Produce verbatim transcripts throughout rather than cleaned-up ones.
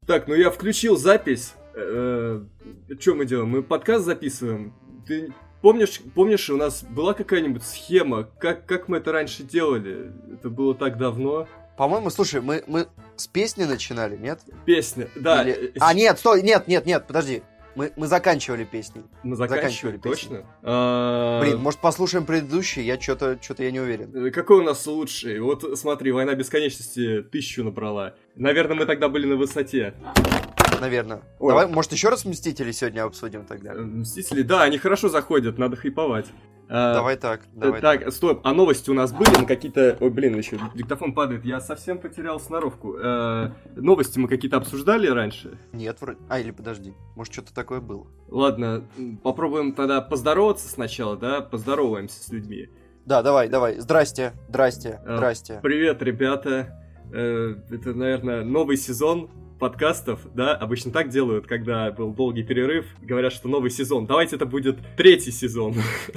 Так, ну я включил запись. Что мы делаем? Мы подкаст записываем. Ты помнишь, помнишь, у нас была какая-нибудь схема? Как, как мы это раньше делали? Это было так давно. По-моему, слушай, мы, мы с песни начинали, нет? Песня, да. Или... А, нет, стой, нет, нет, нет, подожди. Мы, мы заканчивали песней. Мы заканчивали, заканчивали точно? А... Блин, может, послушаем предыдущий? Я что-то, что-то я не уверен. Какой у нас лучший? Вот смотри, «Война бесконечности» тысячу набрала. Наверное, мы тогда были на высоте. Наверное. Ой. Давай, может, еще раз «Мстители» сегодня обсудим тогда? «Мстители», да, они хорошо заходят, надо хайповать. Давай а, так, давай так. Так, стоп, а новости у нас были? Мы какие-то... Ой, блин, еще диктофон падает, я совсем потерял сноровку. А, новости мы какие-то обсуждали раньше? Нет, вроде... А, или подожди, может, что-то такое было. Ладно, попробуем тогда поздороваться сначала, да? Поздороваемся с людьми. Да, давай, давай. Здрасте, здрасте, а, здрасте. Привет, ребята. Это, наверное, новый сезон подкастов, да, обычно так делают, когда был долгий перерыв, говорят, что новый сезон. Давайте это будет третий сезон.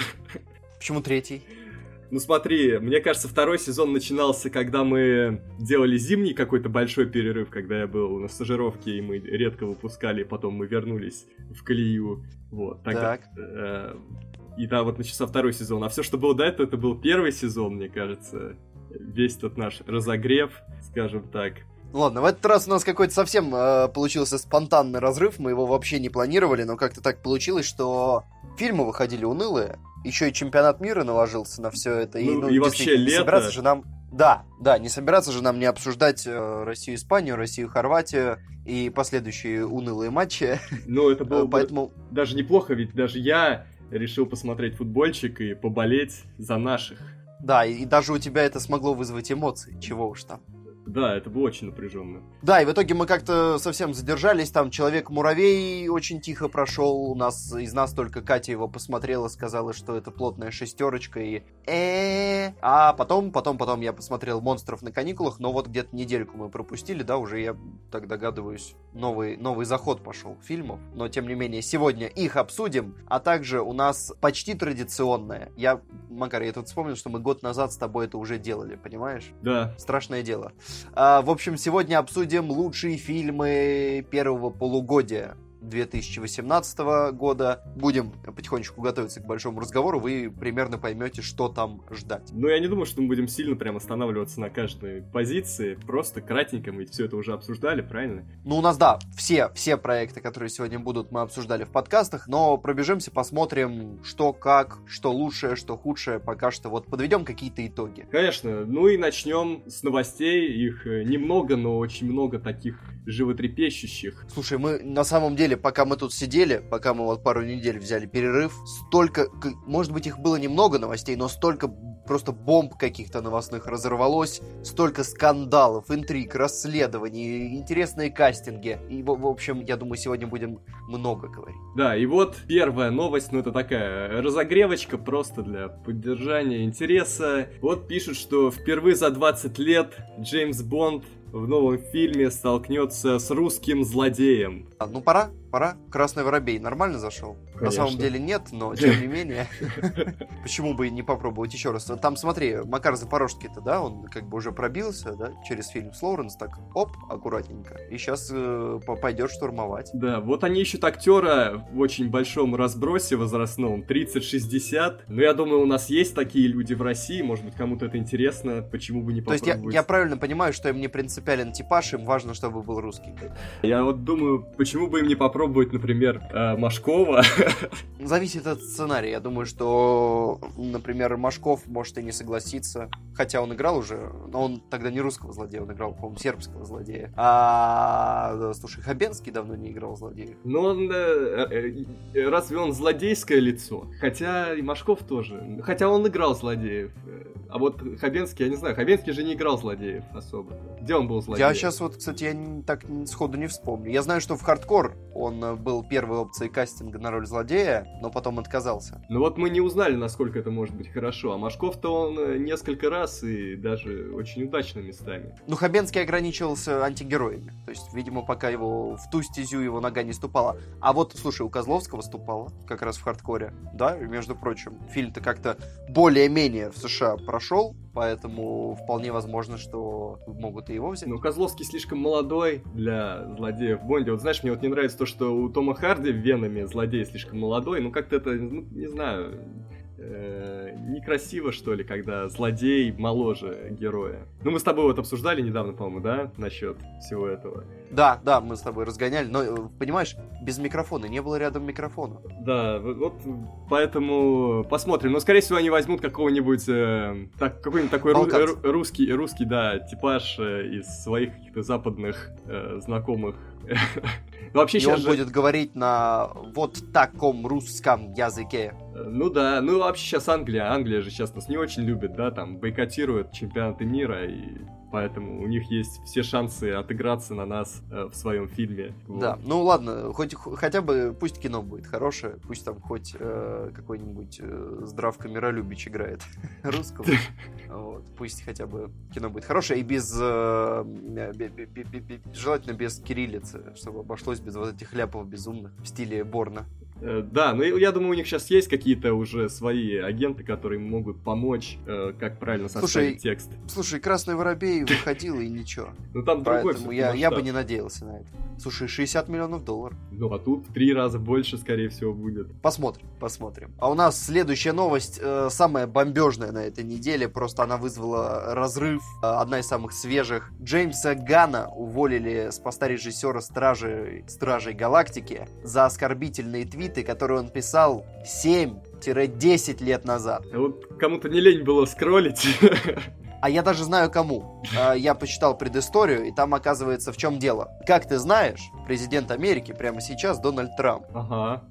Почему третий? Ну смотри, мне кажется, второй сезон начинался, когда мы делали зимний какой-то большой перерыв, когда я был на стажировке, и мы редко выпускали, потом мы вернулись в колею. Вот, тогда... Так. Э, и да, вот начался второй сезон. А все, что было до этого, это был первый сезон, мне кажется. Весь тот наш разогрев, скажем так. Ладно, в этот раз у нас какой-то совсем э, получился спонтанный разрыв, мы его вообще не планировали, но как-то так получилось, что фильмы выходили унылые, еще и чемпионат мира наложился на все это. Ну, и, ну, и вообще лето. Не собираться же нам... Да, да, не собираться же нам не обсуждать э, Россию-Испанию, Россию-Хорватию и последующие унылые матчи. Ну, это было Поэтому... даже неплохо, ведь даже я решил посмотреть футбольчик и поболеть за наших. Да, и, и даже у тебя это смогло вызвать эмоции, чего уж там. Да, это было очень напряженно. Да, и в итоге мы как-то совсем задержались, там Человек-муравей очень тихо прошел, у нас, из нас только Катя его посмотрела, сказала, что это плотная шестерочка, и э А потом, потом, потом я посмотрел «Монстров на каникулах», но вот где-то недельку мы пропустили, да, уже я так догадываюсь, новый, новый заход пошел фильмов, но тем не менее сегодня их обсудим, а также у нас почти традиционное, я, Макар, я тут вспомнил, что мы год назад с тобой это уже делали, понимаешь? Да. Страшное дело. А, в общем, сегодня обсудим лучшие фильмы первого полугодия две тысячи восемнадцатого года. Будем потихонечку готовиться к большому разговору, вы примерно поймете, что там ждать. Ну, я не думаю, что мы будем сильно прям останавливаться на каждой позиции, просто кратенько, мы ведь все это уже обсуждали, правильно? Ну, у нас, да, все, все проекты, которые сегодня будут, мы обсуждали в подкастах, но пробежимся, посмотрим, что как, что лучшее, что худшее, пока что вот подведем какие-то итоги. Конечно, ну и начнем с новостей, их немного, но очень много таких животрепещущих. Слушай, мы на самом деле, пока мы тут сидели, пока мы вот пару недель взяли перерыв, столько, может быть, их было немного новостей, но столько просто бомб каких-то новостных разорвалось, столько скандалов, интриг, расследований, интересные кастинги. И, в общем, я думаю, сегодня будем много говорить. Да, и вот первая новость, ну это такая разогревочка просто для поддержания интереса. Вот пишут, что впервые за двадцать лет Джеймс Бонд в новом фильме столкнется с русским злодеем. А, ну пора, пора. «Красный воробей» нормально зашел? Конечно. На самом деле нет, но тем не менее. Почему бы не попробовать еще раз? Там, смотри, Макар Запорожский-то, да, он как бы уже пробился, да, через фильм с Лоуренс, так, оп, аккуратненько. И сейчас э, пойдет штурмовать. Да, вот они ищут актера в очень большом разбросе возрастном, тридцать-шестьдесят. Но я думаю, у нас есть такие люди в России, может быть, кому-то это интересно, почему бы не попробовать. То есть я, я правильно понимаю, что им не принципиален типаж, им важно, чтобы был русский. Я вот думаю, почему бы им не попробовать, например, э, Машкова. Зависит от сценария. Я думаю, что, например, Машков может и не согласиться. Хотя он играл уже, но он тогда не русского злодея, он играл, по-моему, сербского злодея. А, слушай, Хабенский давно не играл злодеев. Ну, он, э, э, разве он злодейское лицо? Хотя и Машков тоже. Хотя он играл злодеев. А вот Хабенский, я не знаю, Хабенский же не играл злодеев особо. Где он был злодеем? Я сейчас вот, кстати, я не, так сходу не вспомню. Я знаю, что в «Хардкор» он был первой опцией кастинга на роль злодея, но потом отказался. Ну вот мы не узнали, насколько это может быть хорошо. А Машков-то он несколько раз и даже очень удачно местами. Ну, Хабенский ограничивался антигероями. То есть, видимо, пока его в ту стезю его нога не ступала. А вот, слушай, у Козловского ступала как раз в «Хардкоре». Да, и, между прочим, фильм-то как-то более-менее в США прошел. поэтому вполне возможно, что могут и его взять. Ну, Козловский слишком молодой для злодея в Бонде. Вот знаешь, мне вот не нравится то, что у Тома Харди в Веноме злодей слишком молодой. Ну, как-то это, ну, не знаю, э, некрасиво, что ли, когда злодей моложе героя. Ну, мы с тобой вот обсуждали недавно, по-моему, да, насчет всего этого. Да, да, мы с тобой разгоняли, но, понимаешь, без микрофона, не было рядом микрофона. Да, вот поэтому посмотрим. Но, скорее всего, они возьмут какого-нибудь, э, так, какой-нибудь такой ру- ру- русский, русский, да, типаж э, из своих каких-то западных э, знакомых. Ну, вообще, и сейчас он же... будет говорить на вот таком русском языке. Ну да, ну вообще сейчас Англия, Англия же сейчас нас не очень любит, да, там бойкотирует чемпионаты мира, и поэтому у них есть все шансы отыграться на нас э, в своем фильме. Вот. Да, ну ладно, хоть хотя бы пусть кино будет хорошее, пусть там хоть э, какой-нибудь э, Здравко Миролюбич играет русского. Вот, пусть хотя бы кино будет хорошее и без э, б- б- б- б- желательно без кириллицы, чтобы обошлось без вот этих ляпов безумных в стиле Борна. Э, Да, ну я думаю, у них сейчас есть какие-то уже свои агенты, которые могут помочь, э, как правильно составить Слушай, текст. Слушай, Красный Воробей выходил и ничего. Ну там другой Поэтому я, всё-таки я бы масштаб. не надеялся на это. Слушай, шестьдесят миллионов долларов. Ну а тут в три раза больше, скорее всего, будет. Посмотрим, посмотрим. А у нас следующая новость, э, самая бомбежная на этой неделе, просто она вызвала разрыв, э, одна из самых свежих. Джеймса Ганна уволили с поста режиссера Стражи, Стражей Галактики за оскорбительные твиты, которые он писал семь-десять лет назад. А вот кому-то не лень было скроллить. А я даже знаю кому. Э, Я почитал предысторию, и там оказывается в чем дело. Как ты знаешь, президент Америки прямо сейчас Дональд Трамп. Ага.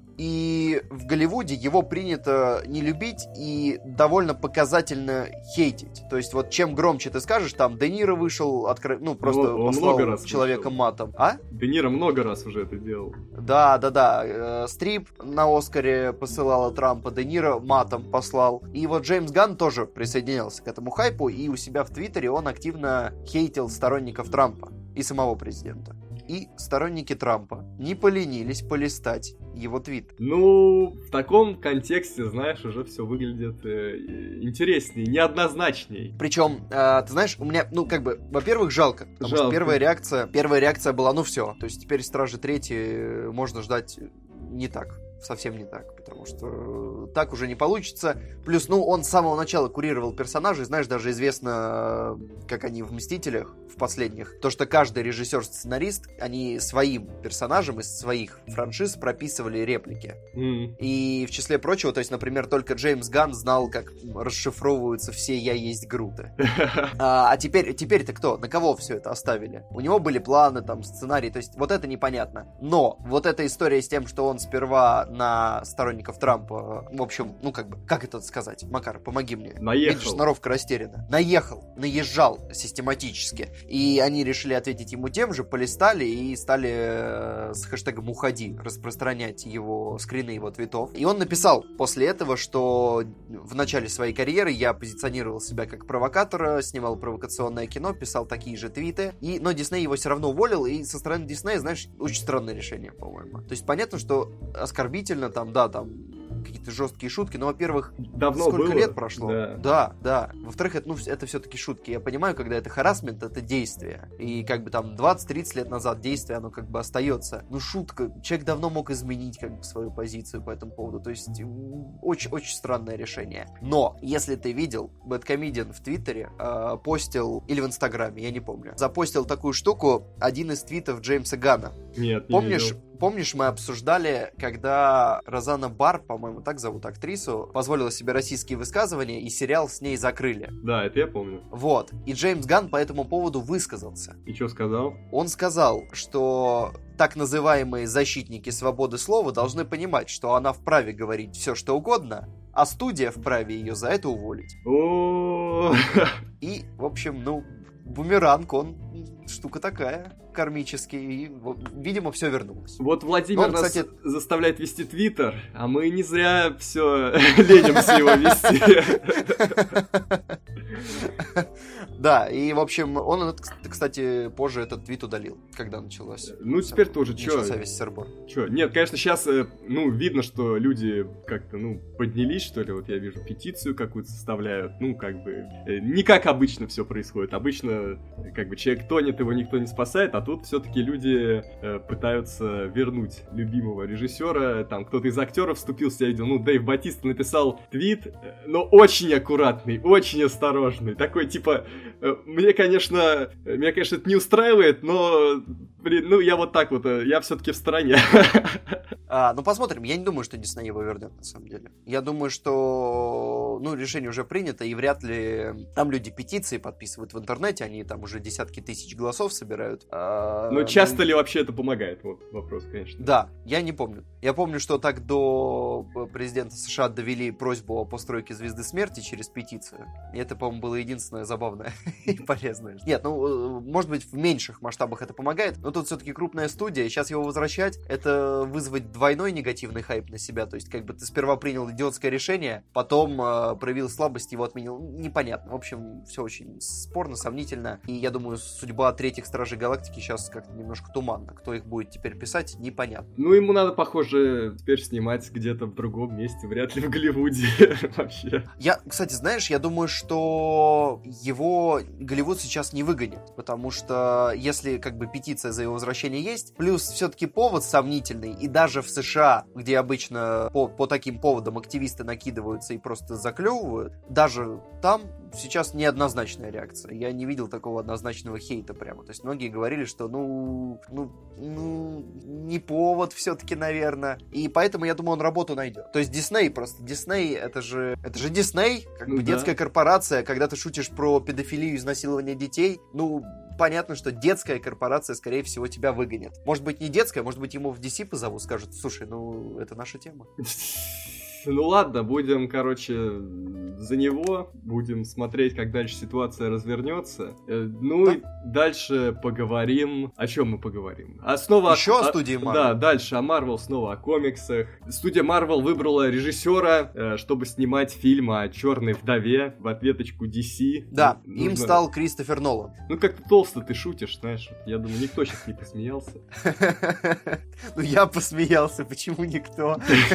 И в Голливуде его принято не любить и довольно показательно хейтить. То есть вот чем громче ты скажешь, там Де Ниро вышел, откро... ну просто Он- он послал много раз человека вышел. матом. А? Де Ниро много раз уже это делал. Да, да, да. Э, Стрип на Оскаре посылала Трампа, Де Ниро матом послал. И вот Джеймс Ганн тоже присоединился к этому хайпу, и у себя в Твиттере он активно хейтил сторонников Трампа и самого президента. И сторонники Трампа не поленились полистать его твит. Ну, в таком контексте, знаешь, уже все выглядит э, интереснее, неоднозначней. Причем, э, ты знаешь, у меня, ну, как бы, во-первых, жалко. Потому Жалко. что первая реакция, первая реакция была, ну, все. То есть теперь Стражи третьи можно ждать не так. Совсем не так, потому что так уже не получится. Плюс, ну, он с самого начала курировал персонажей, знаешь, даже известно, как они в «Мстителях», в последних, то, что каждый режиссер-сценарист, они своим персонажам из своих франшиз прописывали реплики. Mm. И в числе прочего, то есть, например, только Джеймс Ганн знал, как расшифровываются все «Я есть Груты». А, а теперь, теперь-то кто? На кого все это оставили? У него были планы, там, сценарий, то есть вот это непонятно. Но вот эта история с тем, что он сперва на сторонников Трампа, в общем, ну как бы, как это сказать? Макар, помоги мне. Наехал. Видишь, сноровка растеряна. Наехал, наезжал систематически. И они решили ответить ему тем же, полистали и стали э, с хэштегом «Уходи» распространять его скрины его твитов. И он написал после этого, что в начале своей карьеры я позиционировал себя как провокатора, снимал провокационное кино, писал такие же твиты, и, но Дисней его все равно уволил, и со стороны Диснея, знаешь, очень странное решение, по-моему. То есть понятно, что оскорбительно, там, да, там, какие-то жесткие шутки, но, во-первых, Давно сколько было. лет прошло? Да. да. да. Во-вторых, это, ну, это все-таки шутки. Я понимаю, когда это харассмент, это действие. И как бы там двадцать-тридцать лет назад действие, оно как бы остается. Ну, шутка. Человек давно мог изменить как бы свою позицию по этому поводу. То есть, очень-очень странное решение. Но, если ты видел, Бэдкомедиан в Твиттере э, постил, или в Инстаграме, я не помню, запостил такую штуку, один из твитов Джеймса Ганна. Нет, не Помнишь, видел. помнишь, мы обсуждали, когда Розанна Барр, по-моему, так зовут актрису, позволила себе российские высказывания, и сериал с ней закрыли. Да, это я помню. Вот. И Джеймс Ганн по этому поводу высказался. И что сказал? Он сказал, что так называемые защитники свободы слова должны понимать, что она вправе говорить все, что угодно, а студия вправе ее за это уволить. О, И, в общем, ну, бумеранг, он штука такая, кармический, и, видимо, все вернулось. Вот Владимир Он, нас кстати... заставляет вести Твиттер, а мы не зря все ленимся его вести. Да, и, в общем, он, кстати, позже этот твит удалил, когда началось. Ну, теперь тоже, чё? Начался весь сырбор. Чё? Нет, конечно, сейчас, ну, видно, что люди как-то, ну, поднялись, что ли, вот я вижу, петицию какую-то составляют, ну, как бы, не как обычно все происходит. Обычно, как бы, человек тонет, его никто не спасает, а тут все-таки люди э, пытаются вернуть любимого режиссера, там, кто-то из актеров вступился, я видел, ну, Дэйв Батиста написал твит, но очень аккуратный, очень осторожный, такой, типа, мне, конечно, меня, конечно, это не устраивает, но, блин, ну, я вот так вот, я все-таки в стороне. А, ну, посмотрим. Я не думаю, что Дисней его вернет, на самом деле. Я думаю, что, ну, решение уже принято, и вряд ли там люди петиции подписывают в интернете, они там уже десятки тысяч голосов собирают. А, но часто ну... ли вообще это помогает? Вот вопрос, конечно. Да, я не помню. Я помню, что так до президента США довели просьбу о постройке Звезды Смерти через петицию. И это, по-моему, было единственное забавное и полезное. Нет, ну, может быть, в меньших масштабах это помогает, но тут все-таки крупная студия, и сейчас его возвращать, это вызвать двойной негативный хайп на себя. То есть, как бы ты сперва принял идиотское решение, потом э, проявил слабость, его отменил. Непонятно. В общем, все очень спорно, сомнительно. И я думаю, судьба третьих Стражей Галактики сейчас как-то немножко туманна. Кто их будет теперь писать, непонятно. Ну, ему надо, похоже, теперь снимать где-то в другом месте, вряд ли в Голливуде вообще. Я, кстати, знаешь, я думаю, что его Голливуд сейчас не выгонит, потому что если как бы петиция за его возвращение есть, плюс все-таки повод сомнительный, и даже в США, где обычно по, по таким поводам активисты накидываются и просто заклевывают, даже там сейчас неоднозначная реакция. Я не видел такого однозначного хейта прямо. То есть многие говорили, что ну, ну, ну не повод все-таки, наверное. И поэтому, я думаю, он работу найдет. То есть Дисней просто. Дисней, это же это же Дисней, как ну, бы да. Детская корпорация. Когда ты шутишь про педофилию и изнасилование детей, ну, понятно, что детская корпорация, скорее всего, тебя выгонит. Может быть, не детская, может быть, ему в ди си позовут, скажут, слушай, ну, это наша тема. Ну ладно, будем, короче, за него, будем смотреть, как дальше ситуация развернется. Ну да. И дальше поговорим... О чем мы поговорим? А снова... Еще о, о студии Marvel. Да, дальше о Marvel, снова о комиксах. Студия Marvel выбрала режиссера, чтобы снимать фильм о Черной Вдове в ответочку ди си. Да, Нужно... им стал Кристофер Нолан. Ну как-то толсто ты шутишь, знаешь. Я думаю, никто сейчас не посмеялся. Ну я посмеялся, почему никто?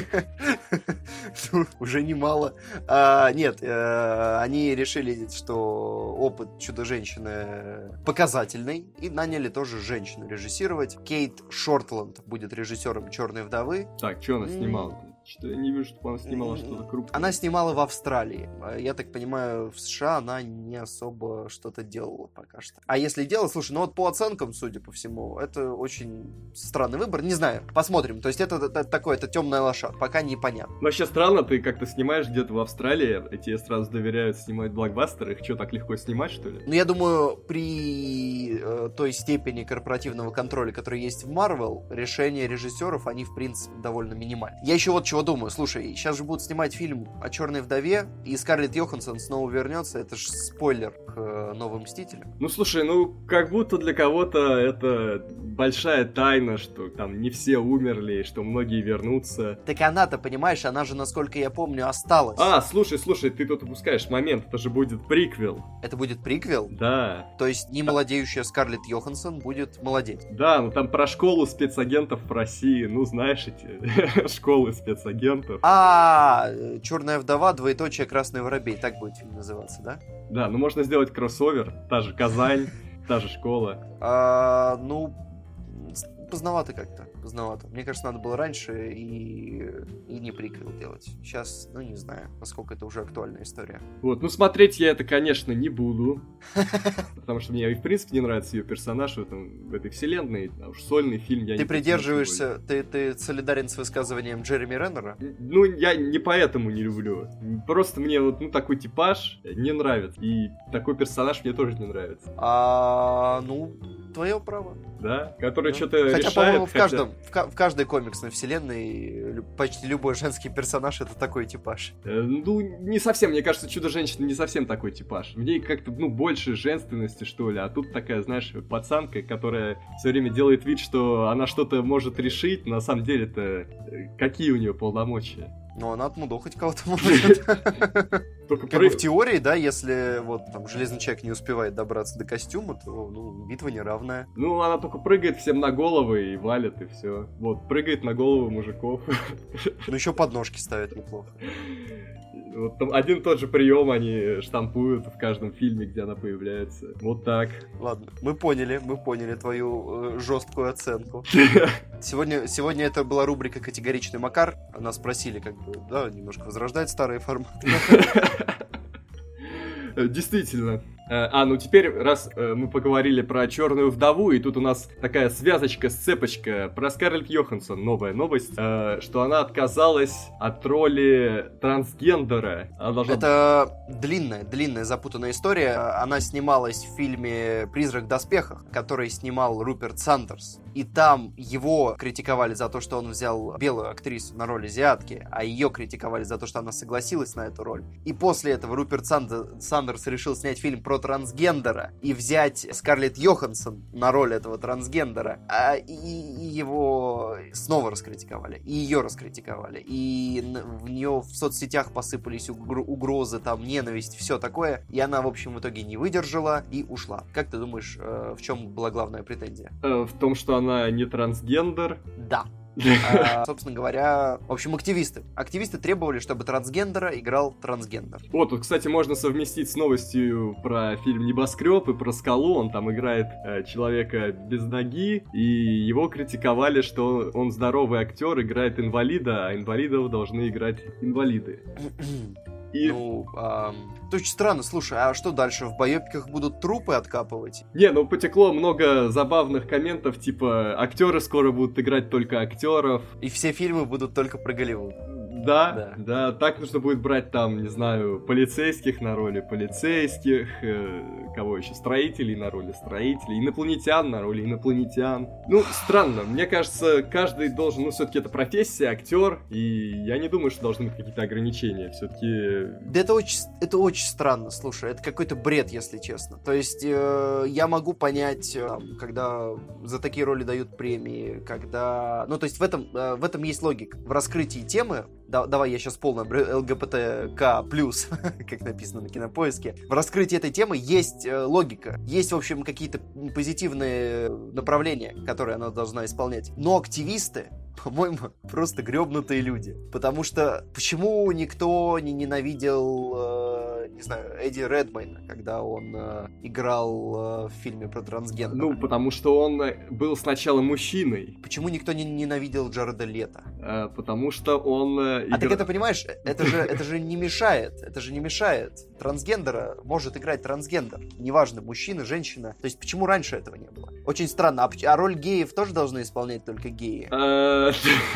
Уже немало. А, нет, а, они решили, что опыт Чудо-женщины показательный, и наняли тоже женщину режиссировать. Кейт Шортланд будет режиссером «Черной вдовы». Так, что она снимала? Что я не вижу, чтобы она снимала что-то крупное. Она снимала в Австралии. Я так понимаю, в США она не особо что-то делала пока что. А если делала, слушай, ну вот по оценкам, судя по всему, это очень странный выбор. Не знаю, посмотрим. То есть это, это такое, это темная лошадка. Пока непонятно. Вообще странно, ты как-то снимаешь где-то в Австралии, и тебе сразу доверяют снимать блокбастеры. Их что, так легко снимать, что ли? Ну, я думаю, при э, той степени корпоративного контроля, который есть в Marvel, решения режиссеров, они, в принципе, довольно минимальны. Я еще вот чего думаю. Слушай, сейчас же будут снимать фильм о Черной Вдове, и Скарлетт Йоханссон снова вернется. Это же спойлер к э, Новым Мстителям. Ну, слушай, ну, как будто для кого-то это большая тайна, что там не все умерли, что многие вернутся. Так она-то, понимаешь, она же, насколько я помню, осталась. А, слушай, слушай, ты тут упускаешь момент, это же будет приквел. Это будет приквел? Да. То есть не молодеющая Скарлетт Йоханссон будет молодеть? Да, ну там про школу спецагентов в России, ну знаешь эти школы спецагентов. А, Черная вдова, двоеточие, Красный воробей, так будет фильм называться, да? Да, ну можно сделать кроссовер, та же Казань, та же школа. А, ну, поздновато как-то, поздновато. Мне кажется, надо было раньше и, и не приквел делать. Сейчас, ну, не знаю, насколько это уже актуальная история. Вот, ну, смотреть я это, конечно, не буду. Потому что мне, в принципе, не нравится ее персонаж в, этом, в этой вселенной. А уж сольный фильм я ты не придерживаешься, ты, ты солидарен с высказыванием Джереми Реннера? Ну, я не поэтому не люблю. Просто мне вот, ну, такой типаж не нравится. И такой персонаж мне тоже не нравится. А, ну, твое право. да? Который Да. что-то Хотя, решает. по-моему, в, хотя- каждом, в, ка- в каждой комиксной вселенной лю- почти любой женский персонаж это такой типаж. Э, Ну, не совсем, мне кажется, Чудо-женщина не совсем такой типаж. В ней как-то, ну, больше женственности, что ли, а тут такая, знаешь, пацанка, которая все время делает вид, что она что-то может решить, на самом деле-то э, какие у нее полномочия? Но она отмудохать кого-то может. Только Как бы пры- в теории, да, если вот там Железный человек не успевает добраться до костюма, то ну, битва неравная. Ну, она только прыгает всем на головы и валит, и все. Вот, прыгает на головы мужиков. Ну еще подножки ставит неплохо. Вот там один и тот же прием они штампуют в каждом фильме, где она появляется. Вот так. Ладно, мы поняли, мы поняли твою э, жесткую оценку. Сегодня, сегодня это была рубрика «Категоричный Макар». Нас спросили, как бы, да, немножко возрождать старые форматы. Действительно. Э, А, ну теперь, раз э, мы поговорили про Черную вдову, и тут у нас такая связочка, сцепочка про Скарлетт Йоханссон, новая новость, э, что она отказалась от роли трансгендера. Она должна... Это длинная, длинная, запутанная история. Она снималась в фильме «Призрак в доспехах», который снимал Руперт Сандерс. И там его критиковали за то, что он взял белую актрису на роль азиатки, а ее критиковали за то, что она согласилась на эту роль. И после этого Руперт Санд- Сандерс решил снять фильм про трансгендера и взять Скарлетт Йоханссон на роль этого трансгендера. А и, и его снова раскритиковали, и ее раскритиковали. И н- в нее в соцсетях посыпались угр- угрозы, там, ненависть, все такое. И она, в общем, в итоге не выдержала и ушла. Как ты думаешь, э, в чем была главная претензия? Э, В том, что она не трансгендер. Да. А, собственно говоря, в общем, активисты. Активисты требовали, чтобы трансгендера играл трансгендер. Вот, тут, кстати, можно совместить с новостью про фильм «Небоскреб» и про «Скалу». Он там играет э, человека без ноги, и его критиковали, что он здоровый актер, играет инвалида, а инвалидов должны играть инвалиды. И... Ну, ам, это очень странно. Слушай, а что дальше? В байопиках будут трупы откапывать? Не, ну потекло много забавных комментов, типа актеры скоро будут играть только актеров. И все фильмы будут только про Голливуд. Да, Да. да, так нужно будет брать там, не знаю, полицейских на роли полицейских, э, кого еще, строителей на роли строителей, инопланетян на роли инопланетян. Ну, странно, мне кажется, каждый должен, ну, все-таки это профессия, актер, и я не думаю, что должны быть какие-то ограничения, все-таки... Да это очень, это очень странно, слушай, это какой-то бред, если честно. То есть э, я могу понять, э, там, когда за такие роли дают премии, когда... Ну, то есть в этом, э, в этом есть логика. В раскрытии темы, да, давай я сейчас полный ЛГБТК+, как написано на Кинопоиске, в раскрытии этой темы есть э, логика, есть, в общем, какие-то позитивные направления, которые она должна исполнять. Но активисты, по-моему, просто гребнутые люди. Потому что почему никто не ненавидел, э, не знаю, Эдди Редмейна, когда он э, играл э, в фильме про трансгендер? Ну, потому что он был сначала мужчиной, Почему никто не ненавидел Джареда Лето? э, потому что он... э, А так игра- это, понимаешь, это же, это же не мешает, это же не мешает. Трансгендера может играть трансгендер. Неважно, мужчина, женщина. То есть почему раньше этого не было? Очень странно. А, поч- а роль геев тоже должны исполнять только геи? Э,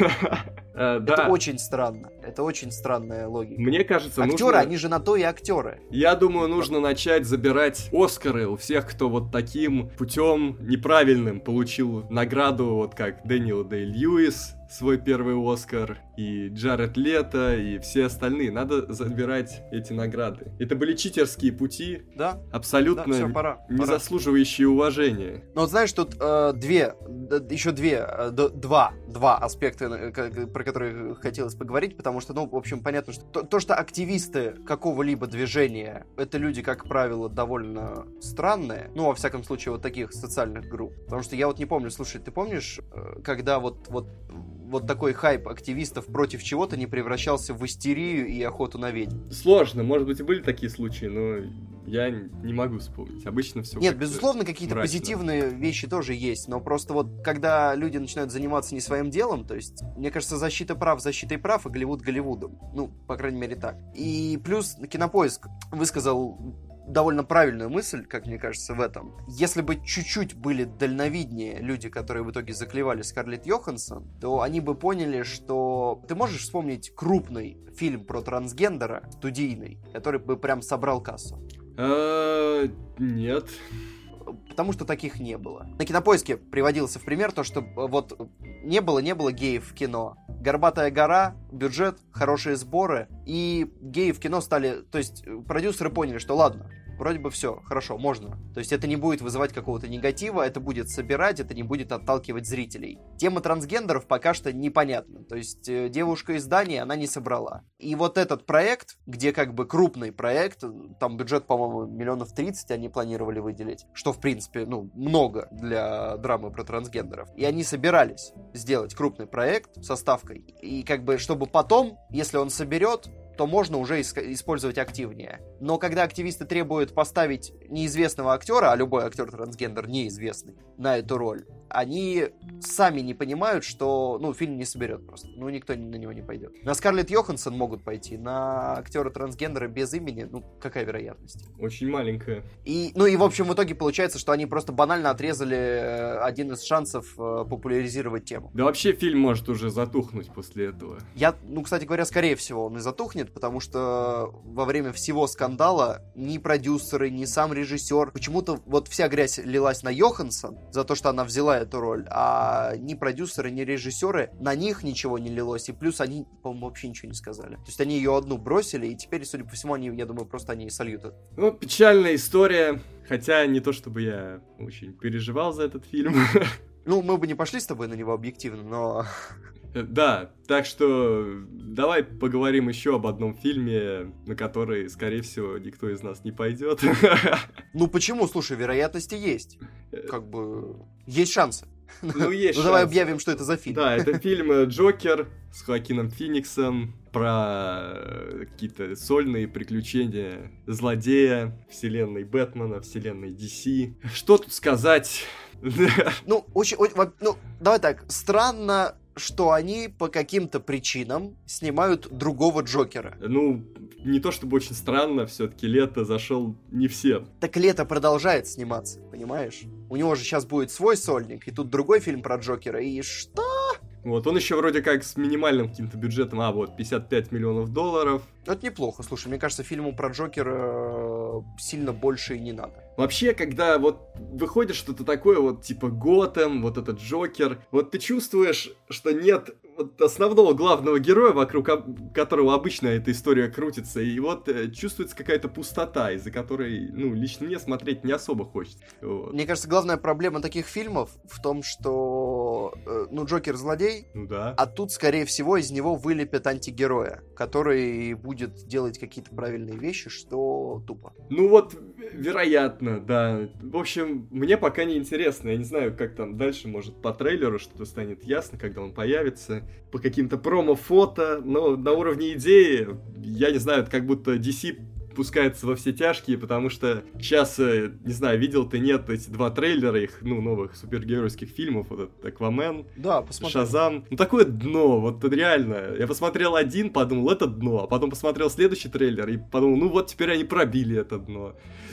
э, Это Да, очень странно. Это очень странная логика. мне кажется, Актеры, нужно... они же на то и актеры. Я думаю, нужно начать забирать Оскары у всех, кто вот таким путем неправильным получил награду, вот как Дэниел Дэй-Льюис, свой первый Оскар, и Джаред Лето, и все остальные. Надо забирать эти награды. Это были читерские пути, Да, да, абсолютно все, пора. не пора. заслуживающие уважения. Но вот знаешь, тут э, две, д- еще две, э, д- два, два аспекта, э, к- к- про которые хотелось поговорить, потому что, ну, в общем, понятно, что то, то, что активисты какого-либо движения, это люди, как правило, довольно странные, ну, во всяком случае, вот таких социальных групп. Потому что я вот не помню, слушай, ты помнишь, э, когда вот, вот, вот такой хайп активистов против чего-то не превращался в истерию и охоту на ведьм? Сложно, может быть, и были такие случаи, но я не могу вспомнить. Обычно все. Нет, безусловно, какие-то мрачно. позитивные вещи тоже есть, но просто вот когда люди начинают заниматься не своим делом, то есть, мне кажется, защита прав защитой прав, и Голливуд Голливудом. Ну, по крайней мере, так. И плюс Кинопоиск высказал довольно правильную мысль, как мне кажется, в этом. Если бы чуть-чуть были дальновиднее люди, которые в итоге заклевали Скарлетт Йоханссон, то они бы поняли, что... Ты можешь вспомнить крупный фильм про трансгендера, студийный, который бы прям собрал кассу? Э, Нет. потому что таких не было. На Кинопоиске приводился в пример то, что вот не было, не было геев в кино. Горбатая гора, бюджет, хорошие сборы, и геи в кино стали... То есть продюсеры поняли, что ладно, вроде бы все, хорошо, можно. То есть это не будет вызывать какого-то негатива, это будет собирать, это не будет отталкивать зрителей. Тема трансгендеров пока что непонятна. То есть э, девушка из Дании, она не собрала. И вот этот проект, где как бы крупный проект, там бюджет, по-моему, миллионов тридцать они планировали выделить, что, в принципе, ну, много для драмы про трансгендеров. И они собирались сделать крупный проект со ставкой. И как бы, чтобы потом, если он соберет, то можно уже иск- использовать активнее. Но когда активисты требуют поставить неизвестного актера, а любой актер-трансгендер неизвестный, на эту роль, они сами не понимают, что, ну, фильм не соберет просто. Ну, никто на него не пойдет. На Скарлетт Йоханссон могут пойти, на актера-трансгендера без имени, ну, какая вероятность? Очень маленькая. И, ну, и, в общем, в итоге получается, что они просто банально отрезали э, один из шансов э, популяризировать тему. Да вообще фильм может уже затухнуть после этого. Я, ну, кстати говоря, скорее всего, он и затухнет, потому что во время всего скандала ни продюсеры, ни сам режиссер, почему-то вот вся грязь лилась на Йоханссон за то, что она взяла эту роль, а ни продюсеры, ни режиссеры, на них ничего не лилось, и плюс они, по-моему, вообще ничего не сказали. То есть они ее одну бросили, и теперь, судя по всему, они, я думаю, просто они сольют это. Ну, печальная история, хотя не то чтобы я очень переживал за этот фильм. Ну, мы бы не пошли с тобой на него объективно, но... Да, так что давай поговорим еще об одном фильме, на который, скорее всего, никто из нас не пойдет. Ну почему? Слушай, вероятности есть. Как бы... Есть шансы. Ну, есть Ну, давай шансы. объявим, что это за фильм. Да, это фильм «Джокер» с Хоакином Фениксом про какие-то сольные приключения злодея, вселенной Бэтмена, вселенной ди си. Что тут сказать? Ну, очень, очень, ну, давай так, странно, что они по каким-то причинам снимают другого Джокера. Ну, не то чтобы очень странно, все-таки Лето зашел не всем. Так Лето продолжает сниматься, понимаешь? У него же сейчас будет свой сольник, и тут другой фильм про Джокера, и что? Вот, он еще вроде как с минимальным каким-то бюджетом, а вот, пятьдесят пять миллионов долларов. Это неплохо, слушай, мне кажется, фильму про Джокера сильно больше и не надо. Вообще, когда вот выходит что-то такое, вот типа Готэм, вот этот Джокер, вот ты чувствуешь, что нет вот основного главного героя, вокруг которого обычно эта история крутится, и вот э, чувствуется какая-то пустота, из-за которой, ну, лично мне смотреть не особо хочется. Вот. Мне кажется, главная проблема таких фильмов в том, что, э, ну, Джокер злодей, ну да. А тут, скорее всего, из него вылепят антигероя, который будет делать какие-то правильные вещи, что тупо. Ну вот, вероятно, да. В общем, мне пока не интересно. Я не знаю, как там дальше, может, по трейлеру что-то станет ясно, когда он появится. По каким-то промо-фото, но на уровне идеи, я не знаю, это как будто ди си пускается во все тяжкие, потому что сейчас, не знаю, видел ты, нет, эти два трейлера их, ну, новых супергеройских фильмов, вот этот Аквамен, да, посмотри. Шазам. Ну, такое дно, вот реально. Я посмотрел один, подумал, это дно, а потом посмотрел следующий трейлер и подумал, ну вот теперь они пробили это дно.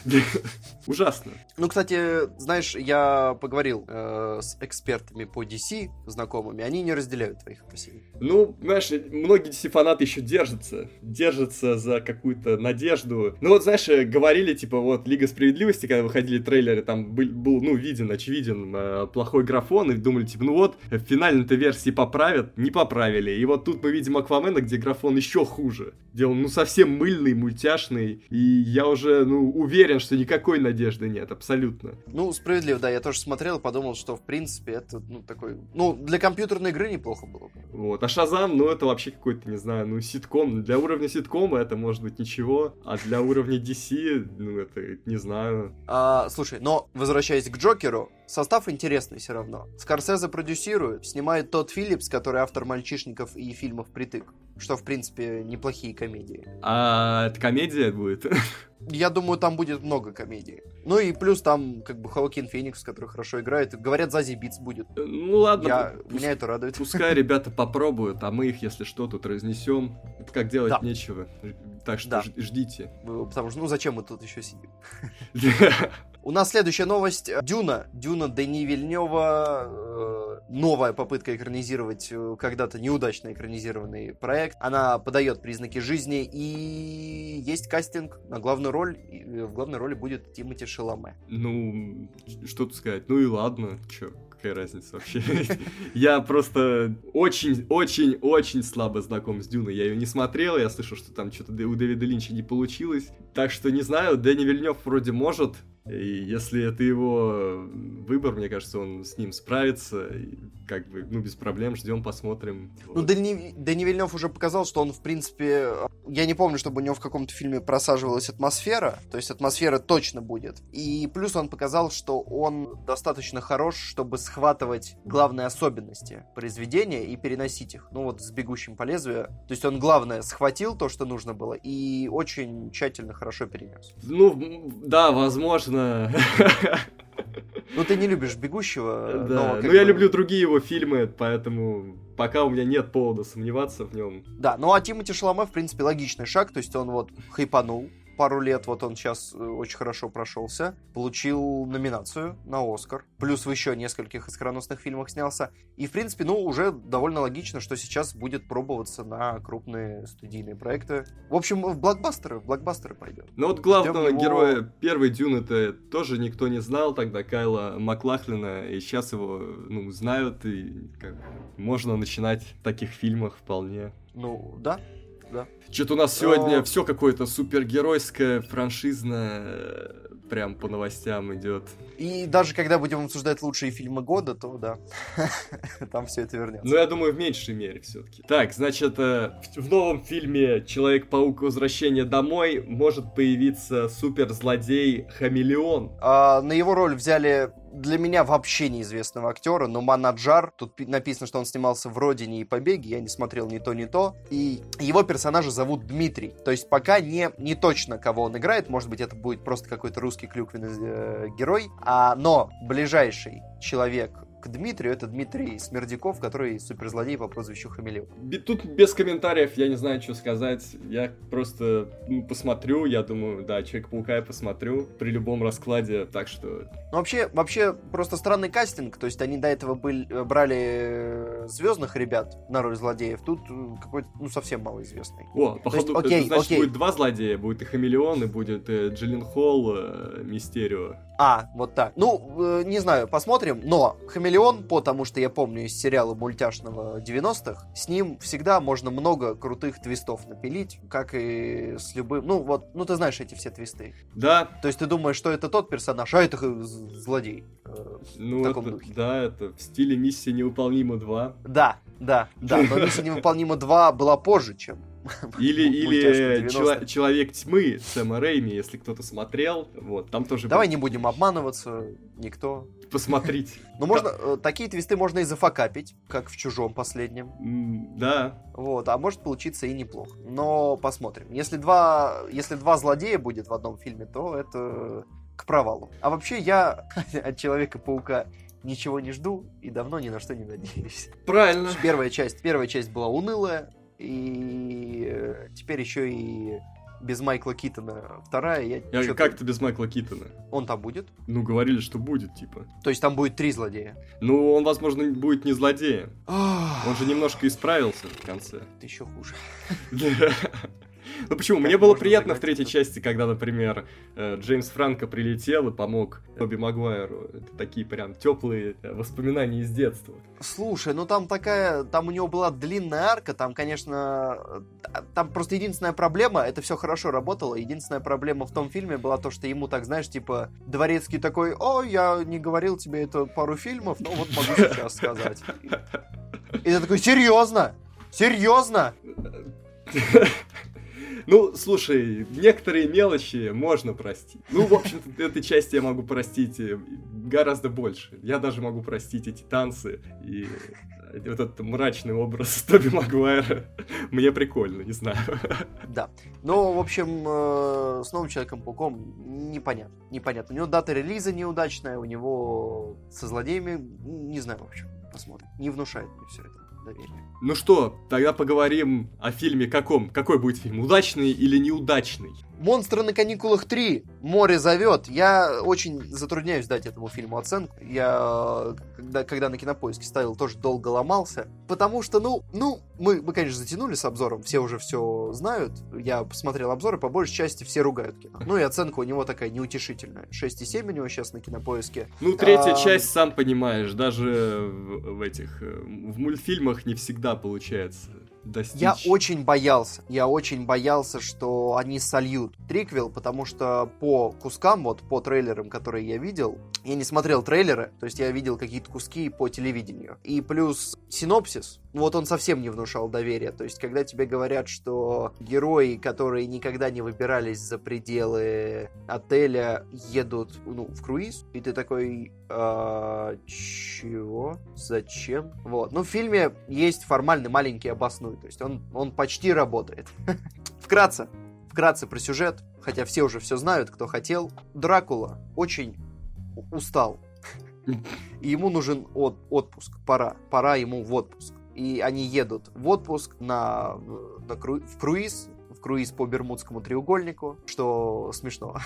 Ужасно. Ну, кстати, знаешь, я поговорил э, с экспертами по ди си, знакомыми, они не разделяют твоих опасений. Ну, знаешь, многие ди си-фанаты еще держатся, держатся за какую-то надежду. Ну, вот, знаешь, говорили, типа, вот, Лига Справедливости, когда выходили трейлеры, там был, был ну, виден, очевиден э, плохой графон, и думали, типа, ну вот, в финальной-то версии поправят, не поправили. И вот тут мы видим Аквамена, где графон еще хуже. Где он, ну, совсем мыльный, мультяшный, и я уже, ну, уверен, что никакой надежды нет, абсолютно. Ну, справедливо, да, я тоже смотрел и подумал, что, в принципе, это, ну, такой... Ну, для компьютерной игры неплохо было бы. Вот, а Шазам, ну, это вообще какой-то, не знаю, ну, ситком. Для уровня ситкома это может быть ничего, а для уровня ди си, ну, это, не знаю. А, слушай, но, возвращаясь к Джокеру, состав интересный все равно. Скорсезе продюсирует, снимает Тодд Филлипс, который автор «Мальчишников» и фильмов «Притык», что, в принципе, неплохие комедии. А это комедия будет? Я думаю, там будет много комедий. Ну и плюс там, как бы, Хоакин Феникс, который хорошо играет. Говорят, Зази Битс будет. Ну ладно. Я... Пусть... Меня это радует. Пускай ребята попробуют, а мы их, если что, тут разнесем. Как делать да. нечего. Так что да. ждите. Потому что, ну зачем мы тут еще сидим? У нас следующая новость. Дюна. Дюна Дени Вильнёва. Э, новая попытка экранизировать э, когда-то неудачно экранизированный проект. Она подает признаки жизни, и есть кастинг на главную роль. И в главной роли будет Тимоти Шаломе. Ну, что тут сказать? Ну и ладно, чё, какая разница вообще? Я просто очень-очень-очень слабо знаком с Дюной. Я ее не смотрел, я слышал, что там что-то у Дэвида Линча не получилось. Так что не знаю, Дени Вильнёв вроде может. И если это его выбор, мне кажется, он с ним справится. И как бы, ну, без проблем, ждем, посмотрим. Ну, вот. Дени, Дени Вильнёв уже показал, что он, в принципе... Я не помню, чтобы у него в каком-то фильме просаживалась атмосфера. То есть атмосфера точно будет. И плюс он показал, что он достаточно хорош, чтобы схватывать главные особенности произведения и переносить их. Ну, вот с «Бегущим по лезвию». То есть он, главное, схватил то, что нужно было, и очень тщательно, хорошо перенес. Ну, да, возможно. Ну, ты не любишь «Бегущего». Да, но, но я бы... люблю другие его фильмы, поэтому пока у меня нет повода сомневаться в нем. Да, ну а Тимоти Шаломе, в принципе, логичный шаг, то есть он вот хайпанул пару лет, вот он сейчас очень хорошо прошелся, получил номинацию на Оскар, плюс в еще нескольких оскароносных фильмах снялся, и, в принципе, ну, уже довольно логично, что сейчас будет пробоваться на крупные студийные проекты. В общем, в блокбастеры, в блокбастеры пойдет. Ну вот главного его... героя первой Дюны-то тоже никто не знал тогда, Кайла Маклахлина, и сейчас его, ну, знают, и как бы, можно начинать в таких фильмах вполне. Ну, да. Да. Что-то у нас сегодня все какое-то супергеройское, франшизное, прям по новостям идет. И даже когда будем обсуждать лучшие фильмы года, то да, там все это вернется. Ну, я думаю, в меньшей мере все-таки. Так, значит, в новом фильме «Человек-паук. Возвращение домой» может появиться суперзлодей Хамелеон. А, на его роль взяли... Для меня вообще неизвестного актера, но Манаджар. Тут написано, что он снимался в «Родине» и «Побеге». Я не смотрел ни то, ни то. И его персонажа зовут Дмитрий. То есть пока не, не точно, кого он играет. Может быть, это будет просто какой-то русский клюквенный э, герой. А, но ближайший человек к Дмитрию — это Дмитрий Смердяков, который суперзлодей по прозвищу Хамелеон. Тут без комментариев, я не знаю, что сказать. Я просто ну, посмотрю, я думаю, да, Человека-паука я посмотрю при любом раскладе, так что... Ну, вообще, вообще, просто странный кастинг, то есть они до этого были, брали звездных ребят на роль злодеев, тут какой-то, ну, совсем малоизвестный. О, походу, есть, окей, это значит, окей. будет два злодея, будет и Хамелеон, и будет э, Джилленхол, э, Мистерио. А, вот так. Ну, э, не знаю, посмотрим, но Хамелеон, потому что я помню из сериала мультяшного девяностых, с ним всегда можно много крутых твистов напилить, как и с любым... Ну, вот, ну ты знаешь эти все твисты. Да. То есть ты думаешь, что это тот персонаж, а это злодей. Э, ну, в таком это, духе. Да, это в стиле «Миссия невыполнима два». Да, да, да, но «Миссия невыполнима два» была позже, чем... Или, или чело- «Человек тьмы» Сэма Рэйми, если кто-то смотрел, вот, там тоже... Давай был... не будем обманываться, никто... Посмотрите. Ну, можно, да. Такие твисты можно и зафакапить, как в «Чужом» последнем. Mm, да. Вот, а может получиться и неплохо. Но посмотрим. Если два, если два злодея будет в одном фильме, то это к провалу. А вообще я от Человека-паука ничего не жду и давно ни на что не надеюсь. Правильно. Первая часть, первая часть была унылая, и теперь еще и без Майкла Китона вторая. Я я как-то без Майкла Китона? Он там будет? Ну, говорили, что будет, типа. То есть там будет три злодея? Ну, он, возможно, будет не злодеем. Он же немножко исправился в конце. Это еще хуже. Ну почему? Мне было приятно в третьей части, когда, например, Джеймс Франко прилетел и помог Тоби Магуайру. Это такие прям теплые воспоминания из детства. Слушай, ну там такая... Там у него была длинная арка, там, конечно... Там просто единственная проблема, это все хорошо работало, единственная проблема в том фильме была то, что ему так, знаешь, типа, Дворецкий такой: о, я не говорил тебе это пару фильмов, но вот могу сейчас сказать. И ты такой: серьезно? Серьезно? Ну, слушай, некоторые мелочи можно простить. Ну, в общем-то, этой части я могу простить гораздо больше. Я даже могу простить эти танцы и вот этот мрачный образ Тоби Магуайра. Мне прикольно, не знаю. Да. Ну, в общем, с новым Человеком-пауком непонятно. Непонятно. У него дата релиза неудачная, у него со злодеями, не знаю, в общем, посмотрим. Не внушает мне все это доверие. Ну что, тогда поговорим о фильме каком. Какой будет фильм? Удачный или неудачный? «Монстры на каникулах три. Море зовет». Я очень затрудняюсь дать этому фильму оценку. Я, когда, когда на Кинопоиске ставил, тоже долго ломался. Потому что, ну, ну мы, мы, конечно, затянули с обзором. Все уже все знают. Я посмотрел обзоры, по большей части все ругают кино. Ну и оценка у него такая неутешительная. шесть и семь у него сейчас на Кинопоиске. Ну, третья а... часть, сам понимаешь, даже в, в этих... В мультфильмах не всегда получается достичь. Я очень боялся, я очень боялся, что они сольют триквел, потому что по кускам, вот по трейлерам, которые я видел, я не смотрел трейлеры, то есть я видел какие-то куски по телевидению. И плюс синопсис, вот он совсем не внушал доверия. То есть когда тебе говорят, что герои, которые никогда не выбирались за пределы отеля, едут, ну, в круиз, и ты такой... А, чего? Зачем? Вот. Ну, в фильме есть формальный маленький обоснуй, то есть он, он почти работает. Вкратце, вкратце про сюжет, хотя все уже все знают, кто хотел. Дракула очень устал, и ему нужен от, отпуск, пора, пора ему в отпуск. И они едут в отпуск на, на кру, в круиз, в круиз по Бермудскому треугольнику, что смешно.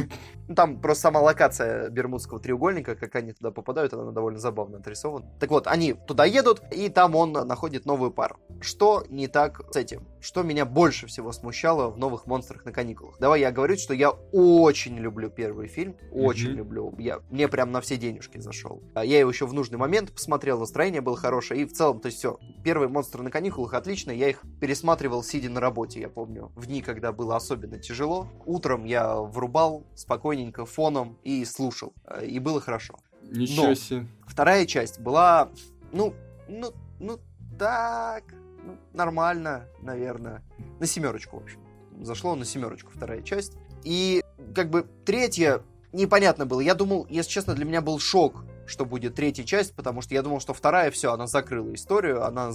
Там просто сама локация Бермудского треугольника, как они туда попадают, она довольно забавно отрисована. Так вот, они туда едут, и там он находит новую пару. Что не так с этим? Что меня больше всего смущало в «Новых монстрах на каникулах»? Давай я говорю, что я очень люблю первый фильм, очень mm-hmm. люблю. Я, мне прям на все денежки зашел. Я его еще в нужный момент посмотрел, настроение было хорошее, и в целом, то есть все, первые «Монстры на каникулах» отлично, я их пересматривал, сидя на работе, я помню. В дни, когда было особенно тяжело, утром я врубал спокойненько фоном и слушал. И было хорошо. Ничего Но себе. Вторая часть была, ну, ну, ну, так, ну, нормально, наверное. На семерочку, в общем. Зашло на семерочку вторая часть. И, как бы, третья, непонятно было. Я думал, если честно, для меня был шок, что будет третья часть, потому что я думал, что вторая, все, она закрыла историю, она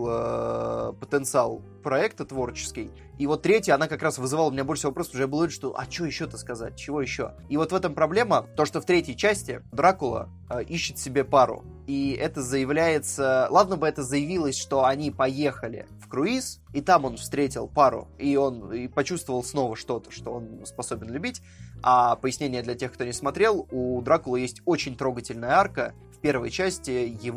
закрыла потенциал проекта творческий, и вот третья, она как раз вызывала у меня больше всего вопросов, уже я был уверен, что, а что еще-то сказать, чего еще? И вот в этом проблема, то, что в третьей части Дракула э, ищет себе пару, и это заявляется, ладно бы это заявилось, что они поехали в круиз, и там он встретил пару, и он и почувствовал снова что-то, что он способен любить. А пояснение для тех, кто не смотрел, у Дракулы есть очень трогательная арка. В первой части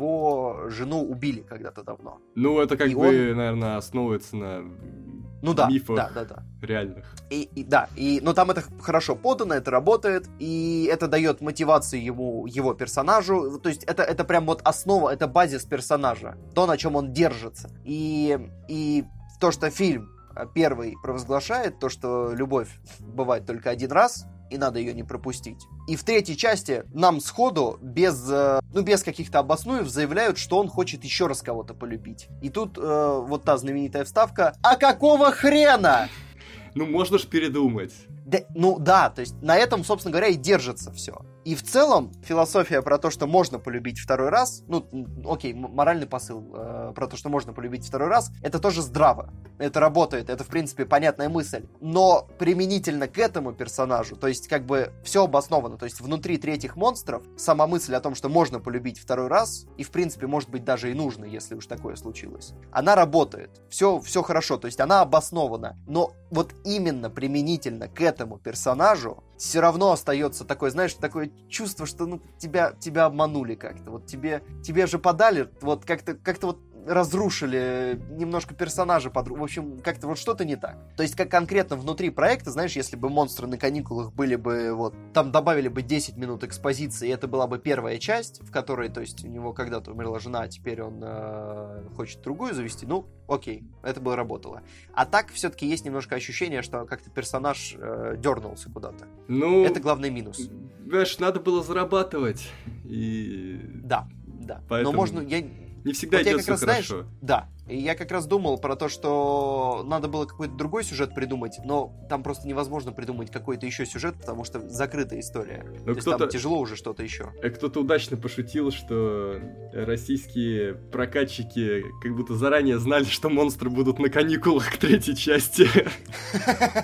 его жену убили когда-то давно. Ну, это как и бы, он... наверное, основывается на ну, да, мифах да, да, да. реальных. И, и, да, и, но там это хорошо подано, это работает, и это дает мотивацию ему, его персонажу. То есть это, это прям вот основа, это базис персонажа. То, на чем он держится. И, и то, что фильм первый провозглашает, то, что любовь бывает только один раз, и надо ее не пропустить. И в третьей части нам сходу, без, ну, без каких-то обоснуев, заявляют, что он хочет еще раз кого-то полюбить. И тут э, вот та знаменитая вставка: «А какого хрена?» Ну, можно ж передумать. Да, ну да, то есть на этом, собственно говоря, и держится все. И в целом философия про то, что можно полюбить второй раз, ну, окей, моральный посыл э, про то, что можно полюбить второй раз, это тоже здраво. Это работает, это, в принципе, понятная мысль. Но применительно к этому персонажу, то есть как бы все обосновано. То есть внутри третьих монстров сама мысль о том, что можно полюбить второй раз, и, в принципе, может быть, даже и нужно, если уж такое случилось, она работает. Все, все хорошо, то есть она обоснована. Но вот именно применительно к этому персонажу все равно остается такое, знаешь, такое чувство, что ну, тебя, тебя обманули как-то. Вот тебе, тебе же подали, вот как-то, как-то вот разрушили немножко персонажа под... В общем, как-то вот что-то не так. То есть, как конкретно внутри проекта, знаешь, если бы «Монстры на каникулах» были бы, вот, там добавили бы десять минут экспозиции, и это была бы первая часть, в которой, то есть, у него когда-то умерла жена, а теперь он э, хочет другую завести, ну, окей, это бы работало. А так, все-таки есть немножко ощущение, что как-то персонаж э, дернулся куда-то. Ну... Это главный минус. Знаешь, надо было зарабатывать, и... Да, да. Поэтому... Но можно... Я... Не всегда вот идет я как все раз, хорошо. Знаешь, да. И я как раз думал про то, что надо было какой-то другой сюжет придумать, но там просто невозможно придумать какой-то еще сюжет, потому что закрытая история. Но то есть там тяжело уже что-то еще. Кто-то удачно пошутил, что российские прокатчики как будто заранее знали, что монстры будут на каникулах к третьей части.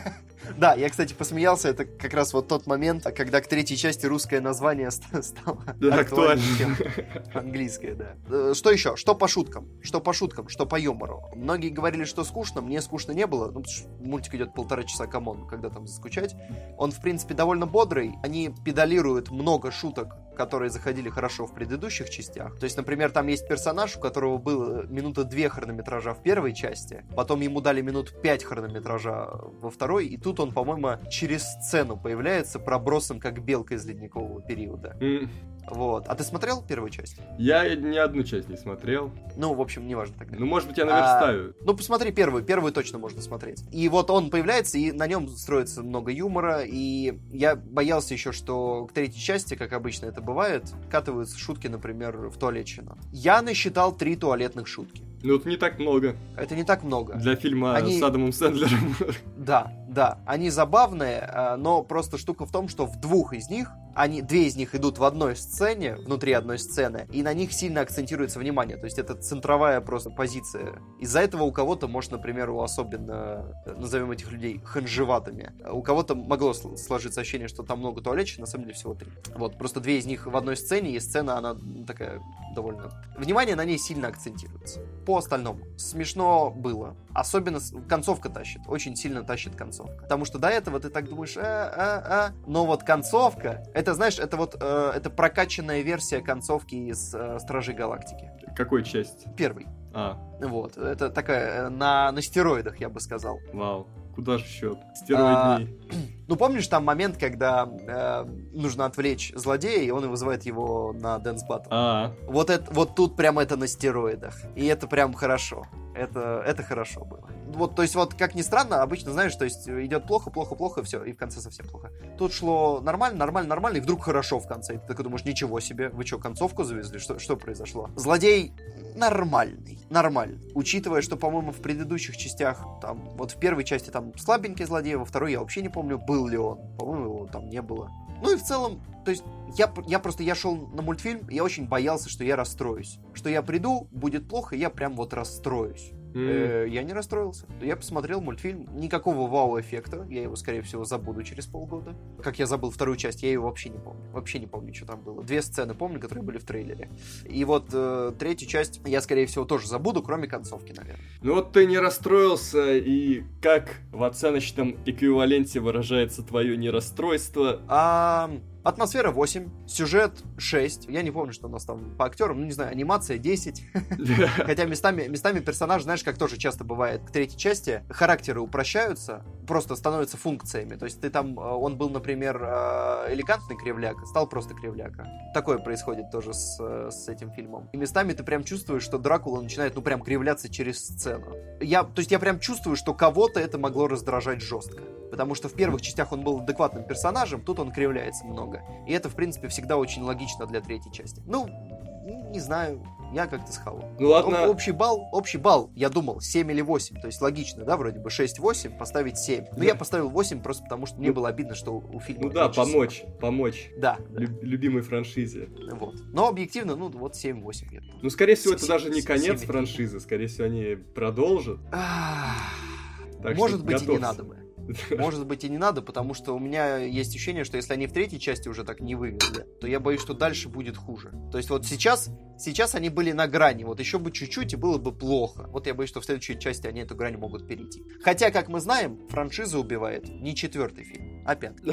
Да, я, кстати, посмеялся. Это как раз вот тот момент, когда к третьей части русское название ст- стало Да, актуальнее, актуально. чем английское, да. Э, Что еще? Что по шуткам? Что по шуткам? Что по юмору? Многие говорили, что скучно. Мне скучно не было. Ну, потому что мультик идет полтора часа, камон, когда там заскучать. Он, в принципе, довольно бодрый. Они педалируют много шуток, которые заходили хорошо в предыдущих частях. То есть, например, там есть персонаж, у которого было минута две хронометража в первой части, потом ему дали минут пять хронометража во второй, и тут он, по-моему, через сцену появляется пробросом, как белка из ледникового периода. М, Вот. А ты смотрел первую часть? Я ни одну часть не смотрел. Ну, в общем, неважно тогда. Ну, может быть, я А, наверстаю. Ну, посмотри первую, первую точно можно смотреть. И вот он появляется, и на нем строится много юмора, и я боялся еще, что к третьей части, как обычно это бывает, катываются шутки, например, в туалетчину. Я насчитал три туалетных шутки. Ну, это не так много Это не так много. для фильма Они- с Адамом Сэндлером. Да, да, они забавные, а, но просто штука в том, что в двух из них, они, две из них идут в одной сцене, внутри одной сцены, и на них сильно акцентируется внимание, то есть это центровая просто позиция. Из-за этого у кого-то, может, например, у особенно, э, назовем этих людей ханжеватыми, у кого-то могло сл- сложиться ощущение, что там много туалетчин, на самом деле всего три. Вот, просто две из них в одной сцене, и сцена, она ну, такая довольно... Внимание на ней сильно акцентируется. По остальному, смешно было. Особенно с- концовка тащит, очень сильно тащит концовка. Потому что до этого ты так думаешь, а, а, а. Но вот концовка, это, знаешь, это вот, э, это прокачанная версия концовки из э, Стражей Галактики. Какой часть? Первый. А, Вот, это такая, э, на, на стероидах, я бы сказал. вау. Куда же счет? Стероидный. Ну, помнишь там момент, когда э, нужно отвлечь злодея, и он и вызывает его на Dance Battle? А, Вот, это, вот тут прям это на стероидах. И это прям хорошо. Это, это хорошо было. Вот, то есть, вот, как ни странно, обычно, знаешь, то есть, идет плохо, плохо, плохо, все, и в конце совсем плохо. Тут шло нормально, нормально, нормально, и вдруг хорошо в конце. И ты такой думаешь, ничего себе, вы что, концовку завезли? Что, что произошло? Злодей нормальный, нормальный. Учитывая, что, по-моему, в предыдущих частях, там, вот в первой части там слабенький злодей, во второй я вообще не помню, был ли он. По-моему, его там не было. Ну и в целом, то есть, я, я просто, я шел на мультфильм, и я очень боялся, что я расстроюсь. Что я приду, будет плохо, и я прям вот расстроюсь. м, Э, Я не расстроился. Я посмотрел мультфильм, никакого вау-эффекта, я его, скорее всего, забуду через полгода. Как я забыл вторую часть, я ее вообще не помню. Вообще не помню, что там было. Две сцены помню, которые были в трейлере. И вот э, третью часть я, скорее всего, тоже забуду, кроме концовки, наверное. Ну вот ты не расстроился, и как в оценочном эквиваленте выражается твое нерасстройство? А, атмосфера восемь, сюжет шесть. Я не помню, что у нас там по актерам, ну не знаю, анимация десять. Хотя местами, местами персонажи, знаешь, как тоже часто бывает к третьей части, характеры упрощаются, просто становятся функциями. То есть ты там, э, он был, например, э, элегантный кривляк, стал просто кривляка. Такое происходит тоже с, э, с этим фильмом. И местами ты прям чувствуешь, что Дракула начинает, ну, прям кривляться через сцену. Я, то есть я прям чувствую, что кого-то это могло раздражать жестко. Потому что в первых частях он был адекватным персонажем, тут он кривляется много. И это, в принципе, всегда очень логично для третьей части. Ну, не знаю, я как-то схавал. Ну ладно. Об- Общий балл, общий балл, я думал, семь или восемь. То есть логично, да, вроде бы шесть-восемь, поставить семь. Но Да. я поставил восемь просто потому, что мне Ну, было обидно, что у фильма... Ну да, два часа. помочь, помочь Да, да, люб- любимой франшизе. вот. Но объективно, ну, вот семь-восемь. я думаю. Ну, скорее всего, это Семь- даже не семь- конец семь. франшизы, скорее всего, они продолжат. Ах, Так Может что быть, и не готовься. надо бы. Может быть, и не надо, потому что у меня есть ощущение, что если они в третьей части уже так не вывезли, то я боюсь, что дальше будет хуже. То есть вот сейчас, сейчас они были на грани, вот еще бы чуть-чуть и было бы плохо. Вот я боюсь, что в следующей части они эту грань могут перейти. Хотя, как мы знаем, франшиза убивает не четвертый фильм, а пятый.